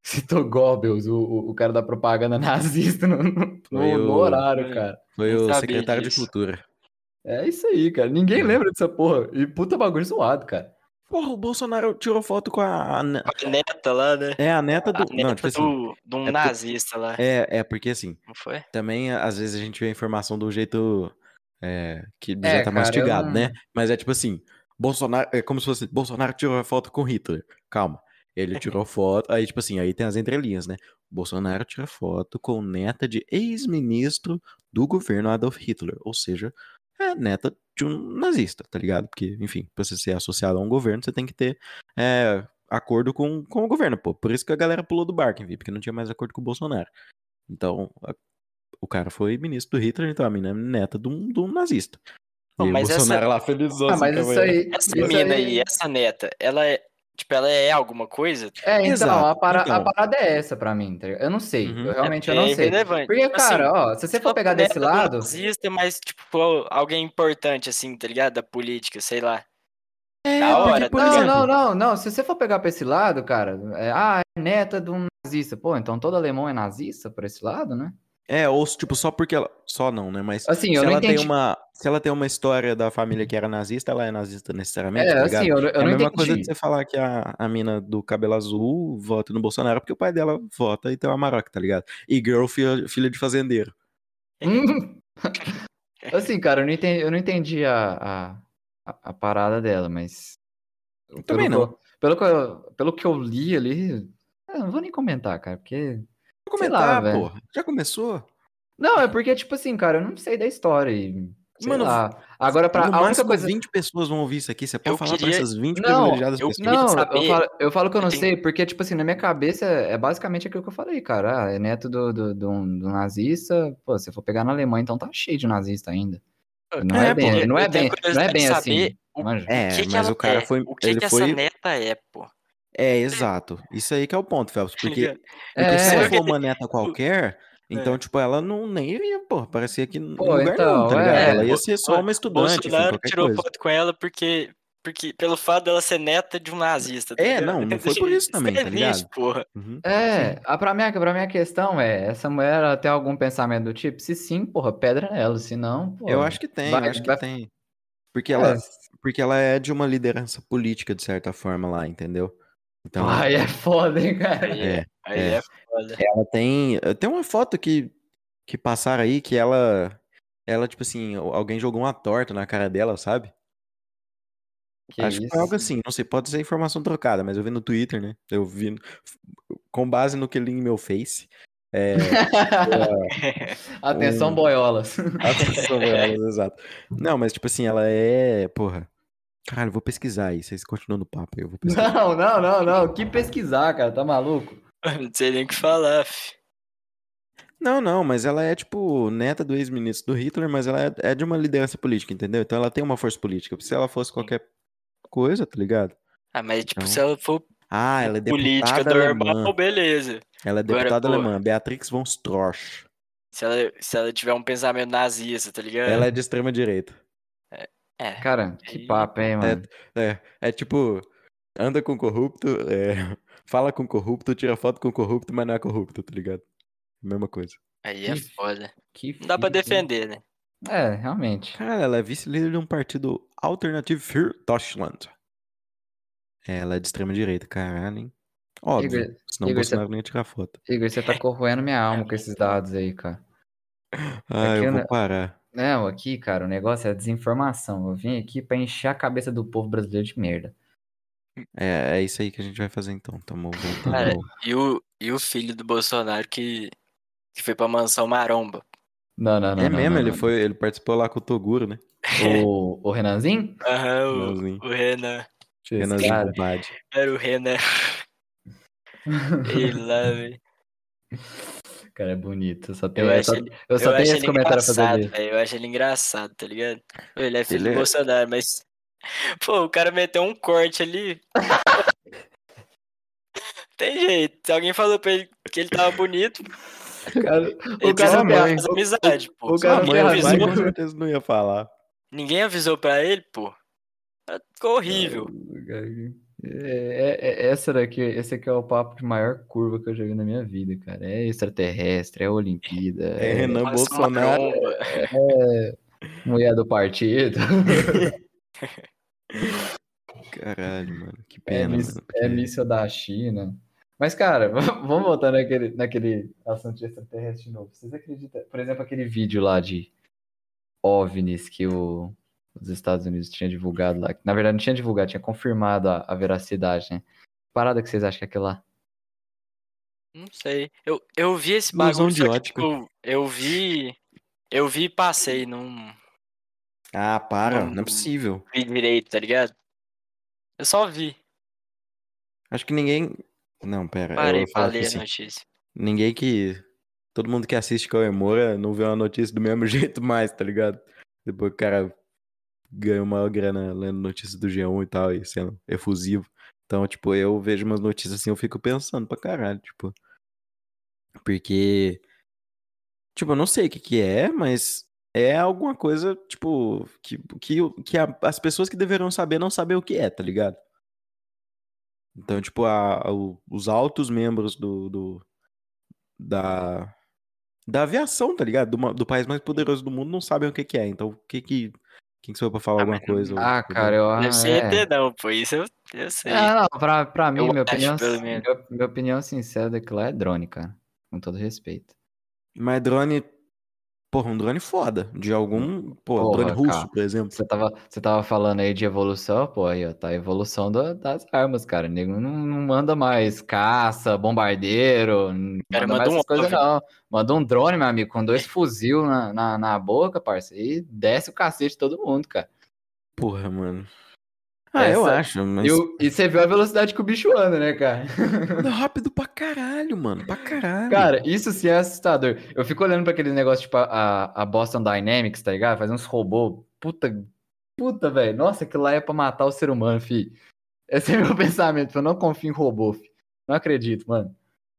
citou Goebbels, o, o, o cara da propaganda nazista no, no, Foi no o- horário, Foi. cara. Foi Nem o sabia secretário de disso. Cultura. É isso aí, cara. Ninguém É. lembra dessa porra. E puta bagulho zoado, cara. Porra, o Bolsonaro tirou foto com a. a ne- A neta lá, né? É, a neta do. A Não, tipo neta assim. do, de um é porque- nazista lá. É, é porque assim. Não foi? Também, às vezes, a gente vê a informação do jeito. É, que É, já tá cara, eu mastigado, não- né? Mas é tipo assim. Bolsonaro. É como se fosse. Bolsonaro tirou a foto com Hitler. Calma. Ele tirou foto. Aí, tipo assim, aí tem as entrelinhas, né? Bolsonaro tira foto com neta de ex-ministro do governo Adolf Hitler. Ou seja, é neta de um nazista, tá ligado? Porque, enfim, pra você ser associado a um governo, você tem que ter é, acordo com, com o governo, pô. Por isso que a galera pulou do barco, enfim, porque não tinha mais acordo com o Bolsonaro. Então, a- o cara foi ministro do Hitler, então a mina é neta de um, de um nazista. Pô, E o mas essa- Bolsonaro lá felizão, Ah, assim, mas com a isso mulher. aí. Essa isso mina aí... aí, essa neta, ela é. Tipo, ela é alguma coisa? É, então, Exato, a, para- então. a parada é essa pra mim, tá ligado? Eu não sei, Uhum. eu realmente eu É não sei. irrelevante. Porque, Tipo cara, assim, ó, se você for ela pegar é desse neta do lado. nazista, mas, tipo, for alguém importante, assim, tá ligado? Da política, sei lá. É, Da porque, hora, por tá Não, ligado? não, exemplo. não, não. Se você for pegar pra esse lado, cara, é, ah, é neta de um nazista. Pô, então todo alemão é nazista por esse lado, né? É, ou tipo, só porque ela. Só não, né? Mas Assim, eu se não ela tem entendi. uma. Se ela tem uma história da família que era nazista, ela é nazista necessariamente, É, tá assim, ligado? eu, eu É a não mesma coisa de entendi. você falar que a, a mina do cabelo azul vota no Bolsonaro porque o pai dela vota e tem uma maroca, tá ligado? E girl, filha, filha de fazendeiro. Hum. Assim, cara, eu não entendi, eu não entendi a, a, a, a parada dela, mas. Eu Pelo também que não. eu, pelo que eu, pelo que eu li ali. Eu não vou nem comentar, cara, porque. Vou Sei lá, comentar, velho. porra. Já começou? Não, é porque, tipo assim, cara, eu não sei da história e. Sei Mano, lá. Agora, pra, no a única máximo coisa. vinte pessoas vão ouvir isso aqui. Você pode Eu falar pra queria. essas vinte Não, privilegiadas eu pessoas. queria não, eu saber- falo, eu falo que eu não eu tenho- sei, porque, tipo assim, na minha cabeça é basicamente aquilo que eu falei, cara. Ah, é neto do, do, do, do nazista. Pô, se eu for pegar na Alemanha, então tá cheio de nazista ainda. E não é, É, bem, pô. não é Eu tenho bem, não é curiosidade bem de assim. saber o, Manja. o É, que, que mas ela o cara é. foi. O que, Ele que foi. essa neta é, pô. É, exato. Isso aí que é o ponto, Phelps. Porque, ligado? porque se ela É, for uma neta qualquer, então, É. tipo, ela não nem iria, pô, parecia aqui em Pô, lugar nenhum, tá então, ligado? é. Ela ia Bo- ser só Mano, uma estudante, enfim, Bolsonaro qualquer tirou coisa. foto com ela porque, porque pelo fato dela ser neta de um nazista, tá É, ligado? não, não foi por isso também, tá Escreve nisso, ligado? porra. Uhum. É, a, pra, minha, pra minha questão é, essa mulher ela tem algum pensamento do tipo? Se sim, porra, pedra nela, se não, pô. Eu acho que tem, vai, eu acho que vai- tem. Porque é, ela, porque ela é de uma liderança política, de certa forma, lá, entendeu? Então, Vai, é foda, hein, cara. Aí É, é, aí é. é foda. ela tem. Tem uma foto que, que passaram aí que ela. Ela, tipo assim, alguém jogou uma torta na cara dela, sabe? Que Acho que isso. foi algo assim, não sei, pode ser informação trocada, mas eu vi no Twitter, né? Eu vi, com base no que li em meu Face. É, Atenção, um- boiolas. Atenção, elas, exato. Não, mas tipo assim, ela é. Porra. Caralho, eu vou pesquisar aí. Vocês continuam no papo aí, eu vou pesquisar. Não, não, não, não. Que pesquisar, cara, tá maluco? Não sei nem o que falar, fi. Não, não, mas ela é tipo neta do ex-ministro do Hitler, mas ela é, é de uma liderança política, entendeu? Então ela tem uma força política. Se ela fosse qualquer coisa, tá ligado? Ah, mas tipo, Então- se ela for Ah, ela é política deputada normal, alemã. beleza. Ela é Agora, deputada pô, alemã, Beatrix von Storch. Se ela, se ela tiver um pensamento nazista, tá ligado? Ela é de extrema direita. É. Cara, que Aí- papo, hein, mano? É, é tipo, anda com corrupto, é, fala com corrupto, tira foto com corrupto, mas não é corrupto, tá ligado? Mesma coisa. Aí é Que- foda. Que Não dá pra filho de- defender, né? É, realmente. Cara, ela é vice-líder de um partido Alternative für Deutschland. É, ela é de extrema direita, caralho, hein? Óbvio, Igor, senão o Igor, Bolsonaro não ia tirar foto. Igor, você tá corroendo minha alma com esses dados aí, cara. Ah, Aqui eu eu vou não- parar. Não, aqui, cara, o negócio é desinformação. Eu vim aqui pra encher a cabeça do povo brasileiro de merda. É, é isso aí que a gente vai fazer então. Tamo voltando. Cara, ao- e o, e o filho do Bolsonaro que, que foi pra mansão maromba. Não, não, não. É não, mesmo, não, ele não. foi, ele participou lá com o Toguro, né? O, o Renanzinho? Aham, Renanzinho. o, o Renan. Esse Renanzinho cara. compadre. Era o Renan. Ei lá, velho. Cara, é bonito. Eu só tenho, Eu eu acho só, ele, eu só eu tenho acho esse ele comentário a fazer engraçado, dele. velho. Eu acho ele engraçado, tá ligado? Ele é filho Ele do é- Bolsonaro, mas. Pô, o cara meteu um corte ali. Tem jeito. Se alguém falou pra ele que ele tava bonito, Cara, ele o precisa cara não mãe. tem, fazer amizade, pô. o cara não Ninguém tem Mãe, razão. mãe avisou, com certeza não ia falar. ninguém avisou pra ele, pô. Ficou horrível. É, é- é- essa daqui, esse aqui é o papo de maior curva que eu já vi na minha vida, cara. É extraterrestre, é Olimpíada, É é Renan Nossa, Bolsonaro. maromba. mulher do partido. Caralho, mano. Que É, pena, miss, mano. é Porque. míssil da China. Mas, cara, vamos voltar naquele, naquele assunto de extraterrestre de novo. Vocês acreditam, por exemplo, aquele vídeo lá de OVNIs que o- os Estados Unidos tinha divulgado lá. Na verdade, não tinha divulgado, tinha confirmado a, a veracidade, né? Que parada que vocês acham que é aquilo lá? Não sei. Eu, eu vi esse Ilusão bagulho, de só que, ótica. tipo, eu vi. Eu vi e passei, não, Ah, para. Não é não possível. vi direito, tá ligado? Eu só vi. Acho que ninguém. Não, pera. Eu Parei vou pra falar tipo ler a assim. notícia. Ninguém que. Todo mundo que assiste Cauê Moura não vê uma notícia do mesmo jeito mais, tá ligado? Depois que o cara ganha uma grana lendo notícias do G um e tal, e sendo efusivo. Então, tipo, eu vejo umas notícias assim, eu fico pensando pra caralho, tipo. Porque, tipo, eu não sei o que que é, mas é alguma coisa, tipo, que, que, que a- as pessoas que deveriam saber não sabem o que é, tá ligado? Então, tipo, a, o- os altos membros do, do- da, da aviação, tá ligado? Do, ma- do país mais poderoso do mundo não sabem o que que é. Então, o que que. Quem que sou eu pra falar Ah, alguma mas coisa? não Ou, Ah, cara, entendeu? eu. deve ah, ser É. E T não, pô. Isso eu, eu sei. É, não, pra, pra mim, Eu minha acho, opinião, pelo menos. minha, minha opinião sincera daquilo lá é drone, cara. Com todo respeito. Mas drone. Porra, um drone foda. De algum. Pô, drone Porra, russo, cara. por exemplo. Você tava, você tava falando aí de evolução, pô, aí, ó, tá a evolução da- das armas, cara. Nego não, não manda mais caça, bombardeiro, não O cara manda manda mais um essas coisas, OVNI. não. Manda um drone, meu amigo, com dois fuzil na, na, na boca, parça, e desce o cacete de todo mundo, cara. Porra, mano. Ah, eu Essa. acho, E, mas. o- e você viu a velocidade que o bicho anda, né, cara? Anda rápido pra caralho, mano. Pra caralho. Cara, isso sim é assustador. Eu fico olhando pra aquele negócio, tipo, a, a Boston Dynamics, tá ligado? Faz uns robôs. Puta, puta, velho. Nossa, aquilo lá é pra matar o ser humano, fi. Esse é meu pensamento. Eu não confio em robô, fi. Não acredito, mano.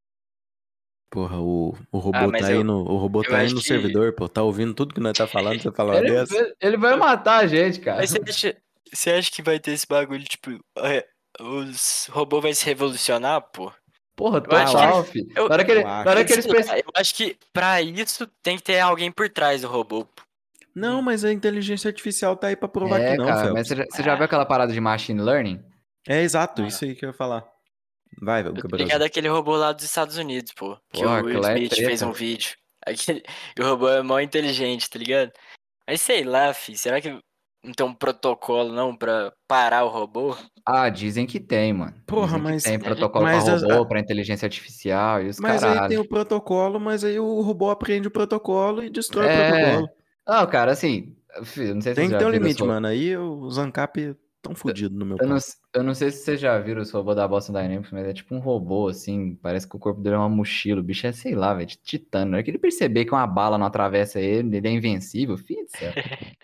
Porra, o, o Ah, robô tá mas aí eu, no, o robô eu tá aí acho no que. servidor, pô. Tá ouvindo tudo que nós tá falando, você fala uma Ele, dessa? ele vai matar a gente, cara. Mas você acha, você acha que vai ter esse bagulho, tipo, é, os robôs vai se revolucionar, pô? Porra, Eu acho Ah, eu que. total, acho. fi. Eu, Na hora que, ele, Eu na hora acho. que sei eles perce- lá, eu acho que pra isso tem que ter alguém por trás do robô, pô. Não, mas a inteligência artificial tá aí pra provar que É, não, cara, mas você Phelps. já, você já viu Ah, aquela parada de machine learning? É exato, ah. isso aí que eu ia falar. Vai, Eu tô Gabrielzão. ligado àquele robô lá dos Estados Unidos, pô. Que Porra, o Will aquilo lá é Smith fez treta. um vídeo. Aquele, e o robô é mó inteligente, tá ligado? Mas sei lá, fi, será que não tem um protocolo não pra parar o robô? Ah, dizem que tem, mano. Porra, Dizem que mas. tem Deve protocolo pra Mas, as- robô, a- pra inteligência artificial e os mas aí tem caralho. o protocolo, mas aí o robô aprende o protocolo e destrói o É. protocolo. Não, cara, assim, filho, não sei se Tem vocês que já ter um viram os limite, ro- mano. Aí os ANCAP tão fodidos no meu eu não, pau. eu não sei se vocês já viram os robôs da Boston Dynamics, mas é tipo um robô, assim, parece que o corpo dele é uma mochila. O bicho é, sei lá, velho, de titânio. Na hora que ele perceber que uma bala não atravessa ele, ele é invencível, filho do céu.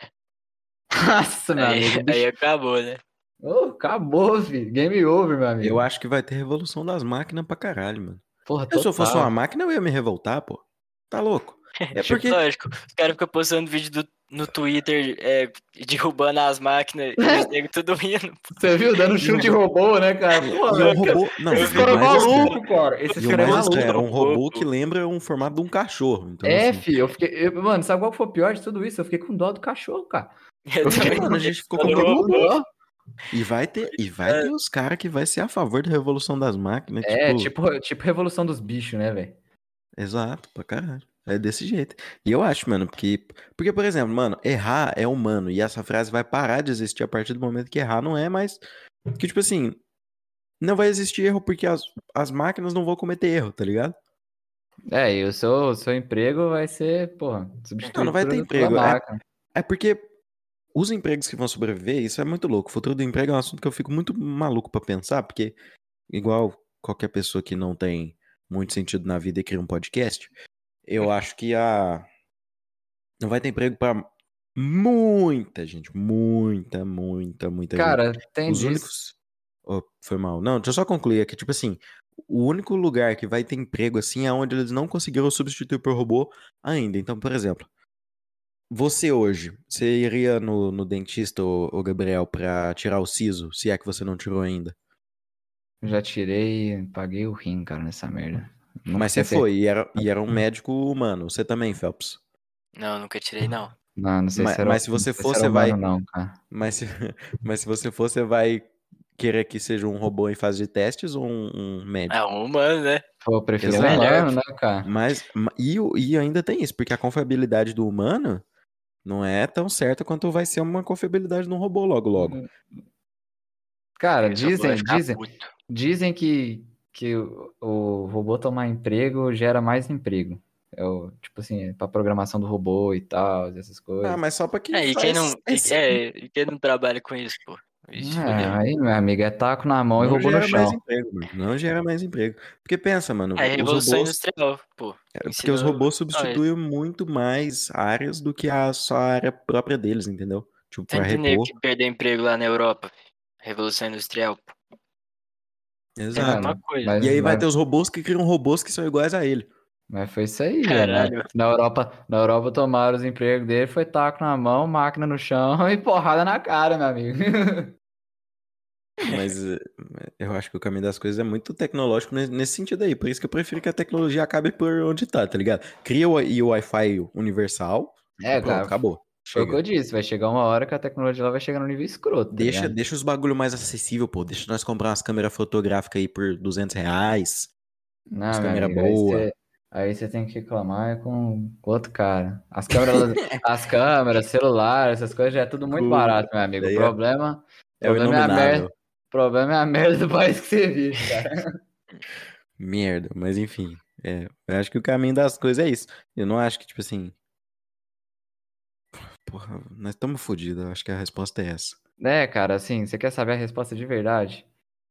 Nossa, meu Aí, amigo, o aí bicho. acabou, né? Ô, acabou, filho. Game over, meu Eu amigo. acho que vai ter revolução das máquinas pra caralho, mano. Porra, Eu, se eu fosse uma total. máquina, eu ia me revoltar, pô. Tá louco? É porque. Lógico, os caras ficam postando vídeo do, no Twitter é, derrubando as máquinas e os negros tudo rindo. Você viu? Dando E um, chute de robô, né, cara? e um Porra, cara. robô. Não, Esses e o caras é mais estranho. maluco, cara. Esses E o caras é mais maluco. estranho era um Robô, robô que pô. lembra um formato de um cachorro. Então, É, assim. fi, eu fiquei. eu- mano, sabe qual que foi o pior de tudo isso? Eu fiquei com dó do cachorro, cara. Eu Eu É, fiquei, também mano, a fiquei gente ficou só com no dó do com robô. robô. dó. E vai ter, e vai ter os caras que vai ser a favor da revolução das máquinas, É, tipo. tipo, tipo Revolução dos Bichos, né, velho? Exato, pra caralho. É desse jeito. E eu acho, mano, porque, porque, por exemplo, mano, errar é humano. E essa frase vai parar de existir a partir do momento que errar não é mais. Que, tipo assim, não vai existir erro porque as, as máquinas não vão cometer erro, tá ligado? É, e o seu, o seu emprego vai ser, porra, Não, não substituído vai ter por, pela emprego. É, máquina. é porque os empregos que vão sobreviver, isso é muito louco. O futuro do emprego é um assunto que eu fico muito maluco pra pensar, porque, igual qualquer pessoa que não tem muito sentido na vida e cria um podcast, eu acho que a. Não vai ter emprego pra muita gente. Muita, muita, muita gente. Cara, tem Os disso. únicos. Oh, foi mal. Não, deixa eu só concluir aqui. Tipo assim, o único lugar que vai ter emprego assim é onde eles não conseguiram substituir por robô ainda. Então, por exemplo, você hoje, você iria no, no dentista, ô, ô Gabriel, pra tirar o siso, se é que você não tirou ainda? Já tirei, paguei o rim, cara, nessa merda. Nunca Mas você pensei. foi, e era, e era um médico humano. Você também, Phelps. Não, nunca tirei, não. Não, não sei Mas, se era, mas se não você sei for, se era você humano, vai. não, cara. Mas se, mas se você for, você vai querer que seja um robô em fase de testes ou um, um É médico? um humano, né? Pô, eu prefiro um Exato. humano, né, cara? Mas, ma- e, o- e ainda tem isso, porque a confiabilidade do humano não é tão certa quanto vai ser uma confiabilidade de um robô logo logo. Cara, Aí o seu vai dizem, ficar dizem, puto. dizem que, que o, o robô tomar emprego gera mais emprego. É o, tipo assim, pra programação do robô e tal, essas Ah, coisas. mas só pra quem É, e quem faz. não, e, é, e quem não trabalha com isso, pô? Ixi, É, fodeu. aí, meu amigo, é taco na mão e Não robô no gera mais chão. emprego, mano. Não gera mais emprego. Porque pensa, mano, É os Revolução robôs. Industrial, pô. é Porque os Ensinou robôs nós. substituem muito mais áreas do que a só área própria deles, entendeu? Tipo, pra Sempre nego repor. que perdeu emprego lá na Europa. Revolução Industrial, pô. É a É, Exato. mesma coisa. E mas, aí vai mas, ter os robôs que criam robôs que são iguais a ele. mas foi isso aí, velho. Na, Caralho. na Europa, na Europa tomaram os empregos dele, foi taco na mão, máquina no chão e porrada na cara, meu amigo. Mas eh, eu acho que o caminho das coisas é muito tecnológico ne- nesse sentido aí. Por isso que eu prefiro que a tecnologia acabe por onde tá, tá ligado? Cria o, e o Wi-Fi universal e É, pronto, cara, acabou. foi o que eu Chega. disse, vai chegar uma hora que a tecnologia lá vai chegar no nível escroto, tá Deixa, ligado? deixa os bagulho mais acessível, pô. Deixa nós comprar umas câmeras fotográficas aí por duzentos reais. Umas Não, meu câmeras amigo, aí boas. você aí você tem que reclamar com, com outro cara. As câmeras, as câmeras, celular, essas coisas já é tudo muito Com... barato, meu amigo. O Daí é, problema, o é o problema é a merda, inominável. o problema é a merda do país que você vive, cara. Merda, mas enfim. É, eu acho que o caminho das coisas é isso. Eu não acho que, tipo assim. Porra, nós estamos fodidos. Eu acho que a resposta é essa. É, cara, assim, você quer saber a resposta de verdade?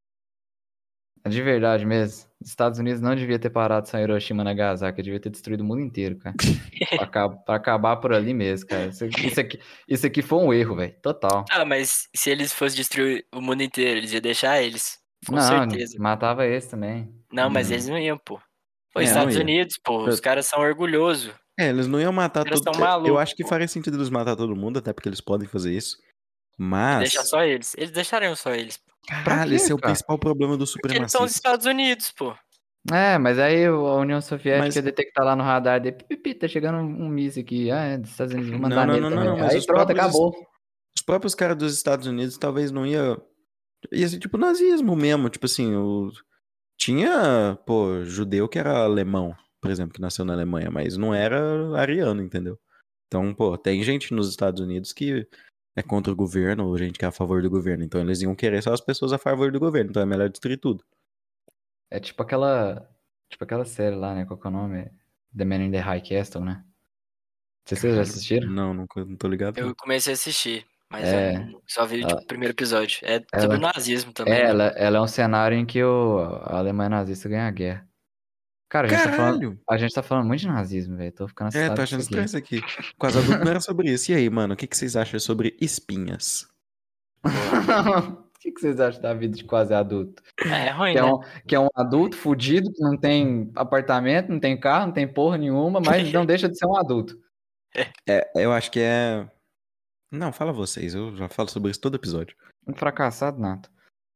É de verdade mesmo. Os Estados Unidos não devia ter parado só em Hiroshima e Nagasaki, devia ter destruído o mundo inteiro, cara. Pra, aca- pra acabar por ali mesmo, cara. Isso, isso aqui, isso aqui foi um erro, velho. Total. Ah, mas se eles fossem destruir o mundo inteiro, eles iam deixar eles. Com Não, certeza. matava esse também. Não, mas eles Não. não iam, pô. Pô, É, não Estados ia. Unidos, pô, os Eu- caras são orgulhosos. Os É, eles não iam matar caras todo. são Eu malucos, acho que pô. faria sentido eles matar todo mundo, até porque eles podem fazer isso. E deixar Mas, só eles. Eles deixariam só eles, pô. Pra caralho, quê, esse é o cara? principal problema dos Porque eles são os supremacistas. Estados Unidos, pô. É, mas aí a União Soviética ia Mas, detectar lá no radar de pipi, tá chegando um, um míssil aqui. Ah, é dos Estados Unidos, vou não, mandar não, nele não, não, também. não, mas Aí os pronto, próprios, acabou. os próprios caras dos Estados Unidos talvez não ia. Ia ser tipo nazismo mesmo. Tipo assim, o... tinha, pô, judeu que era alemão, por exemplo, que nasceu na Alemanha, mas não era ariano, entendeu? Então, pô, tem gente nos Estados Unidos que é contra o governo, ou gente que é a favor do governo. Então eles iam querer só as pessoas a favor do governo. Então é melhor destruir tudo. É tipo aquela. Tipo aquela série lá, né? Qual que é o nome? The Man in the High Castle, né? Não sei se vocês já Caralho, assistiram. não, nunca, não tô ligado, Eu não. comecei a assistir, mas eu É. não- só vi tipo, Ela, o primeiro episódio. É sobre ela, nazismo também, né? ela, ela é um cenário em que o, a Alemanha nazista ganha a guerra. Cara, a gente tá falando, Caralho! a gente tá falando muito de nazismo, velho. Tô ficando É, tô assustado com isso achando estranho aqui. isso aqui. Quase adulto não era sobre isso. E aí, mano, o que, que vocês acham sobre espinhas? Porra. O que que vocês acham da vida de quase adulto? É, é ruim, Que é né? um, que é um adulto fudido, que não tem apartamento, não tem carro, não tem porra nenhuma, mas não deixa de ser um adulto. É, eu acho que é. Não, fala vocês, eu já falo sobre isso todo episódio. Um fracassado nato.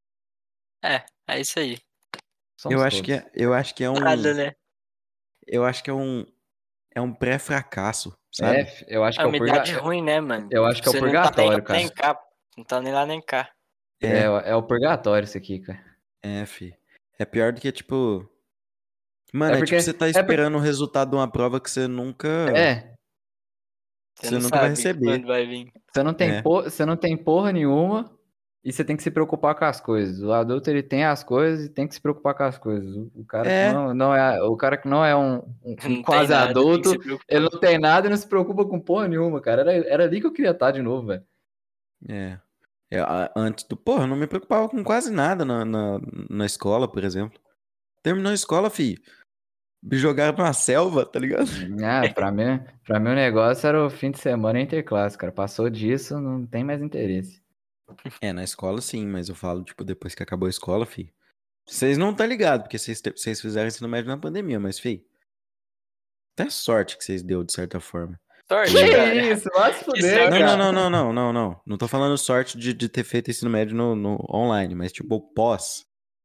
É, é isso aí. Eu Somos acho que todos. é, eu acho que é Nada, um. né? Eu acho que é um. É um pré-fracasso, É, sabe? eu acho É que é o uma idade purga... ruim, né, mano? eu acho que é o Você não tá nem lá purgatório, nem cara. cá. Não tá nem lá nem cá. É, É, é o purgatório isso aqui, cara. é, fi. É pior do que, tipo. Mano, É é tipo porque. você tá É porque. esperando o resultado de uma prova que você nunca. É, Você Você não nunca vai sabe receber. quando vai vir. você não tem, É. por... você não tem porra nenhuma e você tem que se preocupar com as coisas. O adulto, ele tem as coisas e tem que se preocupar com as coisas. O, o cara que É. não, não é, o cara que não é um, um, um Não tem quase nada, tem que se adulto, ele preocupar. não tem nada e não se preocupa com porra nenhuma, cara. Era, era ali que eu queria estar de novo, velho. É. É, a- antes do. Porra, eu não me preocupava com quase nada na, na, na escola, por exemplo. Terminou a escola, fi. Me jogaram numa selva, tá ligado? Ah, pra mim, pra mim o negócio era o fim de semana interclasse, cara. Passou disso, não tem mais interesse. É, na escola sim, mas eu falo, tipo, depois que acabou a escola, fi. Vocês não tá ligado, porque vocês, te- vocês fizeram ensino médio na pandemia, mas, fi. Até sorte que vocês deu, de certa forma. Sorte, Que cara. isso? Vai se Que fuder, sorte. Não, não, não, cara. não, não, não, não. Não tô falando sorte de, de ter feito ensino médio no, no online, mas, tipo, pós.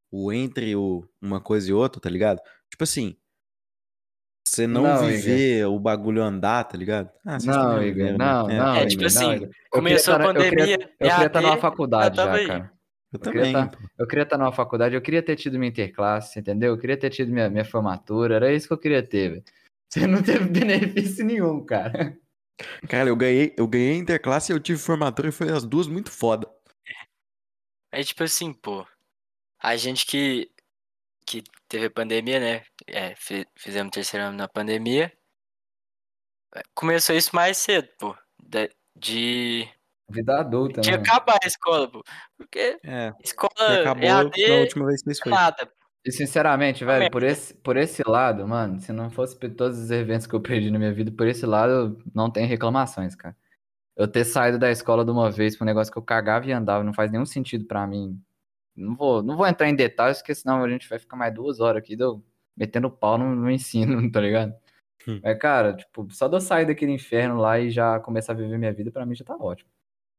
o entre o, uma coisa e outra, tá ligado? Tipo assim, você não, Não, Igor. viver o bagulho andar, tá ligado? Ah, vocês também Não, não Igor. viveram, né? Não, É, não, É, também tipo Igor. não. Não, assim, Igor. Eu queria começou estar a na, eu pandemia, queria, eu queria estar numa E A D, faculdade já tava já, aí. cara. Eu Eu queria também, estar, pô. eu queria estar numa faculdade, eu queria ter tido minha interclasse, entendeu? Eu queria ter tido minha, minha formatura, era isso que eu queria ter, velho. Você não teve benefício nenhum, cara. Cara, eu ganhei, eu ganhei interclasse e eu tive formatura e foi as duas muito foda. É tipo assim, pô, a gente que, que teve a pandemia, né? É, fi- fizemos terceiro ano na pandemia. Começou isso mais cedo, pô. Da- De, Vida adulta, de né? acabar a escola, pô. Porque É, que escola acabou na E A D última vez que vocês é foi. nada. E sinceramente, Uma velho, por merda. esse, por esse lado, mano, se não fosse por todos os eventos que eu perdi na minha vida, por esse lado, não tem reclamações, cara. Eu ter saído da escola de uma vez pra um negócio que eu cagava e andava não faz nenhum sentido pra mim. Não vou, não vou entrar em detalhes, porque senão a gente vai ficar mais duas horas aqui, deu metendo pau no, no ensino, tá ligado? Hum. Mas, cara, tipo, só de eu sair daquele inferno lá e já começar a viver minha vida, pra mim já tá ótimo.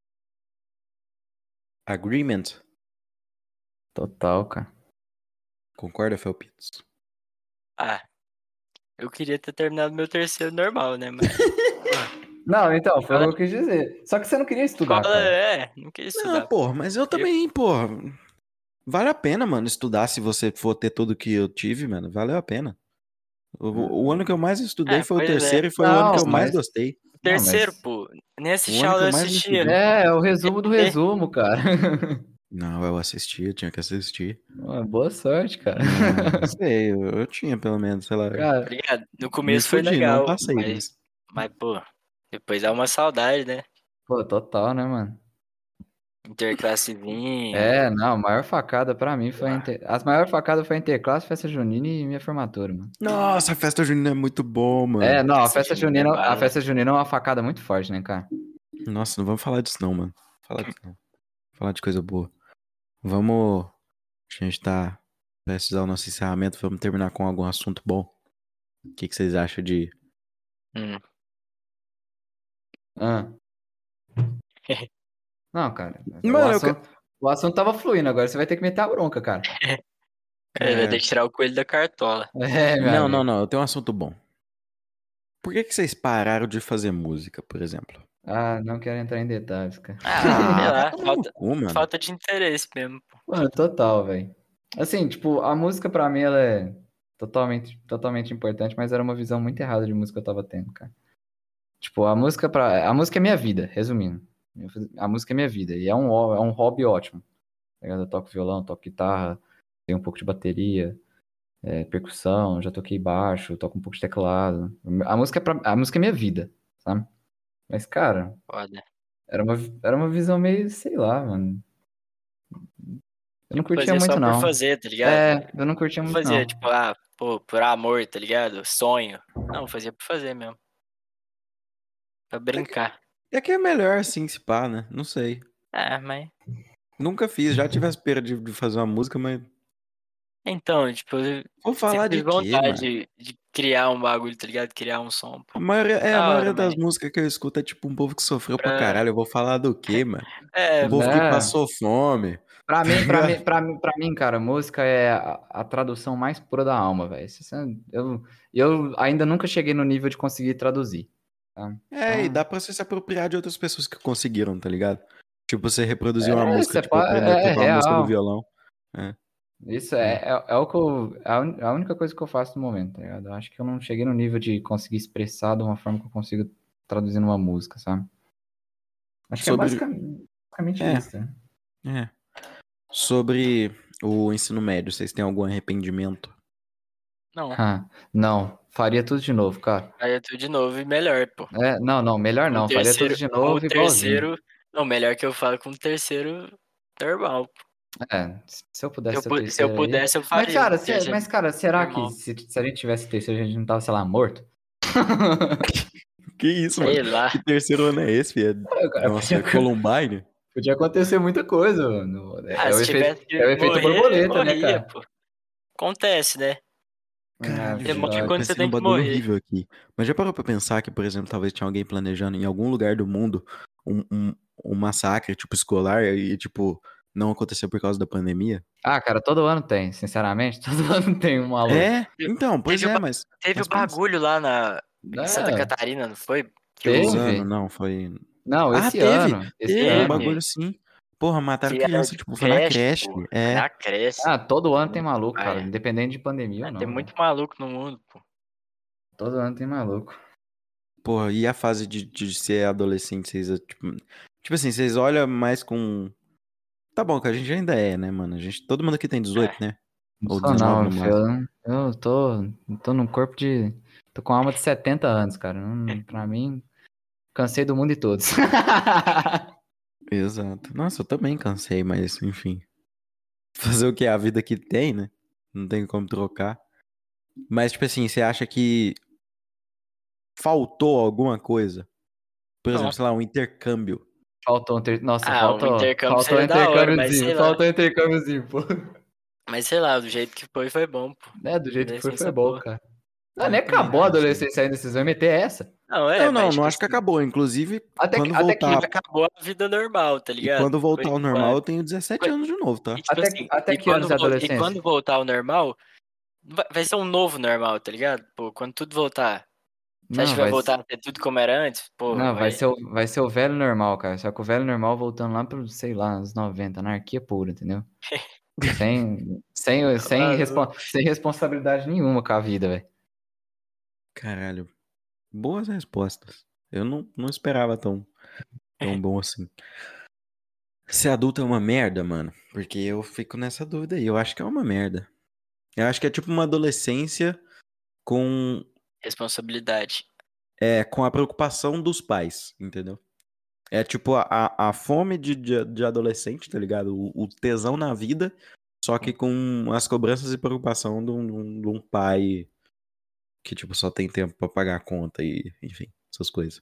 Agreement. Total, cara. Concorda, Felpitos? Ah, eu queria ter terminado meu terceiro normal, né? Mas Não, então, foi o escola, que eu quis dizer. Só que você não queria estudar, escola cara. é, não queria Não, estudar, pô. pô, mas eu também, pô. Vale a pena, mano, estudar se você for ter tudo que eu tive, mano. Valeu a pena. O, o ano que eu mais estudei É, foi o pois é. terceiro e foi o ano que Não, eu mais mas. gostei. Não, Terceiro, mas. pô. Nem O assisti ano que aula, eu eu mais assistia. estudei. É, é o resumo do É. resumo, cara. Não, eu assisti, eu tinha que assistir. Pô, boa sorte, cara. Não, sei, eu, eu tinha pelo menos, sei lá. Cara, Tá ligado? No Me começo foi fudi, não legal, passei, mas, mas. mas, pô, depois dá uma saudade, né? pô, total, né, mano? Interclassezinha. É, não, a maior facada pra mim foi a inter... As maiores facadas foi a Interclasse, festa junina e minha formatura, mano. Nossa, a festa junina é muito bom, É, mano. não, a Essa festa junina é junina, a bala. festa junina é uma facada muito forte, né, cara? Nossa, não vamos falar disso não, mano. Falar disso não. Falar de coisa boa. Vamos. A gente tá prestes ao nosso encerramento. Vamos terminar com algum assunto bom. O que, que vocês acham de. Hum. Ah. Não, cara, o Mano, eu. assunto, o assunto tava fluindo, agora você vai ter que meter a bronca, cara. É, vai ter É... que tirar o coelho da cartola. É, meu Não, amigo. não, não. Eu tenho um assunto bom. Por que, que vocês pararam de fazer música, por exemplo? Ah, não quero entrar em detalhes, cara. Ah, sei Ah, vai lá, tomar no falta, cu, mano. falta de interesse mesmo. Pô. Mano, total, velho. Assim, tipo, a música pra mim, ela é totalmente, totalmente importante, mas era uma visão muito errada de música que eu tava tendo, cara. Tipo, a música pra... a música é minha vida, resumindo. A música é minha vida, e é um, ho- é um hobby ótimo. Tá ligado? Eu toco violão, toco guitarra, tenho um pouco de bateria, é, percussão, já toquei baixo, toco um pouco de teclado. A música é, pra... a música é minha vida, sabe? Mas, cara, Foda. era uma, era uma visão meio, sei lá, mano. Eu não Tipo, curtia fazia muito, só por não. fazer, tá ligado? É, eu não curtia Não muito, fazia, não. tipo, ah, pô, por amor, tá ligado? Sonho. Não, fazia por fazer mesmo. Pra brincar. É que é melhor assim se pá, né? Não sei. É, mas. Nunca fiz, já tive a espera de, de fazer uma música, mas. Então, tipo, eu Vou sempre falar de tive quê, mano? vontade de, de criar um bagulho, tá ligado? Criar um som, A pô. maioria, é, a Da hora, maioria das mas. músicas que eu escuto é tipo um povo que sofreu pra Pra... caralho. Eu vou falar do quê, mano? Um É, povo que Né? passou fome. Pra Tá mim, pra mim, ligado? pra mim, pra mim, cara, música é a, a tradução mais pura da alma, velho. Se você- Eu, eu ainda nunca cheguei no nível de conseguir traduzir, tá? É, e Então, dá pra você se apropriar de outras pessoas que conseguiram, tá ligado? Tipo, você reproduzir uma é, música, você tipo, pode, aprender a é, é tocar uma música do real. violão. É, Isso é. é, é, é o que eu, é a un- a única coisa que eu faço no momento, tá ligado? Eu acho que eu não cheguei no nível de conseguir expressar de uma forma que eu consigo traduzir numa música, sabe? Acho que é Sobre. basicamente, basicamente É, isso, né? é. Sobre o ensino médio, vocês têm algum arrependimento? não. Ah, não, faria tudo de novo, cara. Aí é tudo de novo e melhor, pô. É, não, não, melhor Com o não, faria tudo terceiro. de Com o novo igualzinho. terceiro. Não, melhor que eu falo com o terceiro normal, pô. É, se eu Se pudesse eu, ser o pu- se eu terceiro aí. pudesse, eu Mas, faria o cara, se- terceiro mas, cara, será que normal. se, se a gente tivesse terceiro, a gente não tava, sei lá, morto? Que isso, mano? Sei lá. Que terceiro ano é esse, filho? É, cara, Nossa, é podia, Columbine? podia acontecer muita coisa, mano. É, Ah, é o se efeito, tivesse é o que efeito morrer, borboleta, né, morria, cara? pô. Acontece, né? Ah, Caralho, Você gente, morre eu brother. quando você pensei num tem que bagulho morrer. horrível aqui. Mas já parou pra pensar que, por exemplo, talvez tinha alguém planejando em algum lugar do mundo um, um, um massacre, tipo, escolar, e, tipo, não aconteceu por causa da pandemia? Ah, cara, todo ano tem, sinceramente. Todo ano tem um maluco. É? Então, pois Teve o é, ba- mas... Teve mas o bagulho lá na, em Santa É, Catarina, não foi? Que Teve. o, Suzano, não, foi... Não, Ah, esse teve! ano. Esse Teve um ano. bagulho sim. Porra, mataram que era criança, de tipo, foi na creche, creche. pô. É, Na creche. Ah, todo ano tem maluco, cara. Vai. Independente de pandemia ou Ah, não. tem velho. muito maluco no mundo, pô. Todo ano tem maluco. porra, e a fase de, de ser adolescente, vocês, tipo... Tipo assim, vocês olham mais com... Tá bom, que a gente ainda é, né, mano? A gente, todo mundo aqui tem dezoito, É. né? Não Ou sou dezenove não, no filho. máximo. Eu eu tô, tô num corpo de. Tô com alma de setenta anos, cara. Não, pra mim, cansei do mundo e todos. Exato. Nossa, eu também cansei, mas enfim. Fazer o que? A vida que tem, né? Não tem como trocar. Mas, tipo assim, você acha que faltou alguma coisa? Por Não. exemplo, sei lá, um intercâmbio. Faltou um ter... Nossa, Ah, um faltou. intercâmbio Faltou um seria da hora, mas intercâmbiozinho. sei lá. Faltou um intercâmbiozinho, pô. Mas sei lá, do jeito que foi, foi bom, pô. É, do jeito que foi, foi Adolescência bom, boa. cara. É, Ah, nem eu também acabou a acho, assim. adolescência ainda, vocês vão meter essa. Não, é, Não, não, mas não tipo acho que assim, acabou. Inclusive, Até que, quando até que, voltar. acabou a vida normal, tá E ligado? quando Por voltar ao normal, eu enquanto. tenho dezessete anos de novo, tá? E tipo até, assim, até e que anos quando, de vol- e adolescência? quando voltar ao normal, vai vai ser um novo normal, tá ligado? Pô, quando tudo voltar. Você acha Não, que vai vai, voltar a ser tudo como era antes? Pô, não, vai vai. ser, o, vai ser o velho normal, cara. Só que o velho normal voltando lá pro, sei lá, anos noventa, anarquia pura, entendeu? Sem, sem, Tá sem, respon- maluco. sem responsabilidade nenhuma com a vida, velho. Caralho. Boas respostas. Eu não, não esperava tão, tão bom assim. Ser adulto é uma merda, mano. Porque eu fico nessa dúvida aí. Eu acho que é uma merda. Eu acho que é tipo uma adolescência com, Responsabilidade. é, com a preocupação dos pais, entendeu? É tipo a, a a fome de, de, de adolescente, tá ligado? O, o tesão na vida, só que com as cobranças e preocupação de um, de um- de um pai que, tipo, só tem tempo pra pagar a conta e, enfim, essas coisas.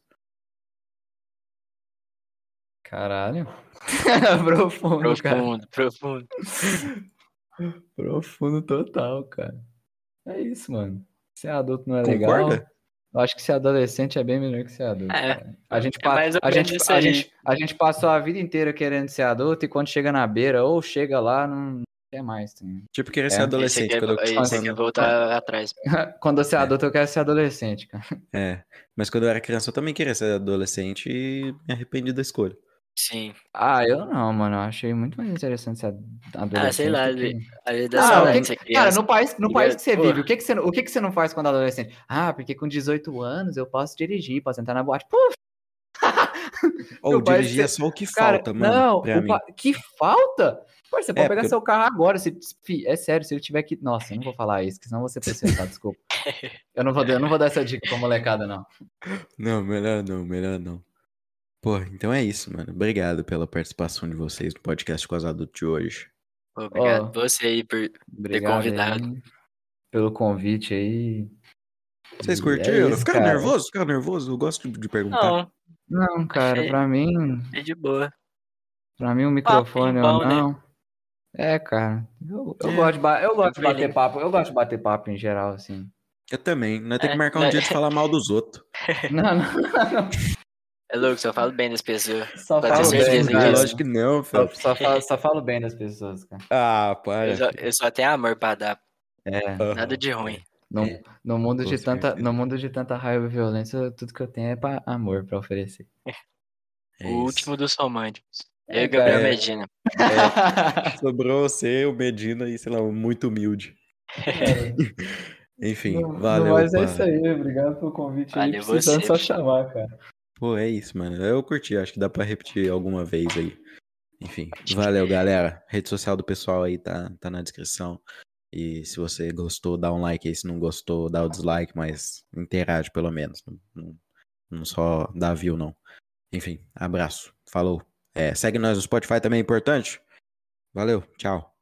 Caralho. Profundo, cara. Profundo, profundo. Profundo total, cara. É isso, mano. Ser adulto não é legal. Concorda? Eu acho que ser adolescente é bem melhor que ser adulto, É, cara. A gente, é pa- mais ou a, menos gente, isso a, aí. gente, a gente passou a vida inteira querendo ser adulto e quando chega na beira ou chega lá, não quer mais. Tá? Tipo, querer É. ser Esse adolescente. aqui, Quando eu, é, esse aqui quando, voltar atrás. Quando eu ser É. adulto, eu quero ser adolescente, cara. é, mas quando eu era criança eu também queria ser adolescente e me arrependi da escolha. Sim. Ah, eu não, mano. Eu achei muito mais interessante ser Ah, sei adolescente lá, do que... ali, ali da Ah, o saudade que, de ser cara, criança. no país, no tá país ligado? que você Pô, vive, o que que você, o que que você não faz quando é adolescente? Ah, porque com dezoito anos eu posso dirigir, posso entrar na boate. Pô, Ou no país que dirigir é você... só o que Cara, falta, mano, não, pra o mim. pa- que falta? Pô, você pode É, pegar porque... seu carro agora. Se... fi, é sério, se ele tiver que... Nossa, eu não vou falar isso, que senão você processar, desculpa. Eu não vou, dar- eu não vou dar essa dica pra molecada, não. Não, melhor não, melhor não. Pô, então é isso, mano. Obrigado pela participação de vocês no podcast com as adultos de hoje. Pô, obrigado Ó, você aí por ter obrigado convidado. aí pelo convite aí. Vocês E é curtiram? isso, Ficaram cara. nervosos? Ficaram nervosos? Eu gosto de, de perguntar. Não, Não, cara, achei, pra mim, achei de boa. pra mim o Papinho microfone ou bom, né? não. É, cara. Eu, eu É, gosto de, ba- eu gosto de bater tranquilinho. papo. Eu gosto de bater papo em geral, assim. Eu também. Nós temos É, que marcar um não, dia de falar mal dos outros. Não, não. é louco, só falo bem das pessoas. Só Pode ter falo bem, certeza cara. disso. Lógico que não, Só, Phelps. só, falo, só falo bem das pessoas, cara. Ah, Eu para. só, eu só tenho amor pra dar. É. Nada de ruim. No, no, mundo com de tanta, certeza. no mundo de tanta raiva e violência, tudo que eu tenho é pra amor pra oferecer. É O isso. último dos românticos. Eu É, e Gabriel cara. Medina. Sobrou você, o Medina e, sei lá, o muito humilde. Enfim, No, no valeu, mais é pá. isso aí. Obrigado pelo convite aí. Valeu Precisando você. só chamar, cara. Pô, é isso, mano. Eu curti, acho que dá pra repetir alguma vez aí. Enfim, valeu, galera. Rede social do pessoal aí tá, tá na descrição. E se você gostou, dá um like aí. Se não gostou, dá o dislike, mas interage pelo menos. Não, não, não só dá view, não. Enfim, abraço. Falou. É, segue nós no Spotify também, é importante. Valeu, tchau.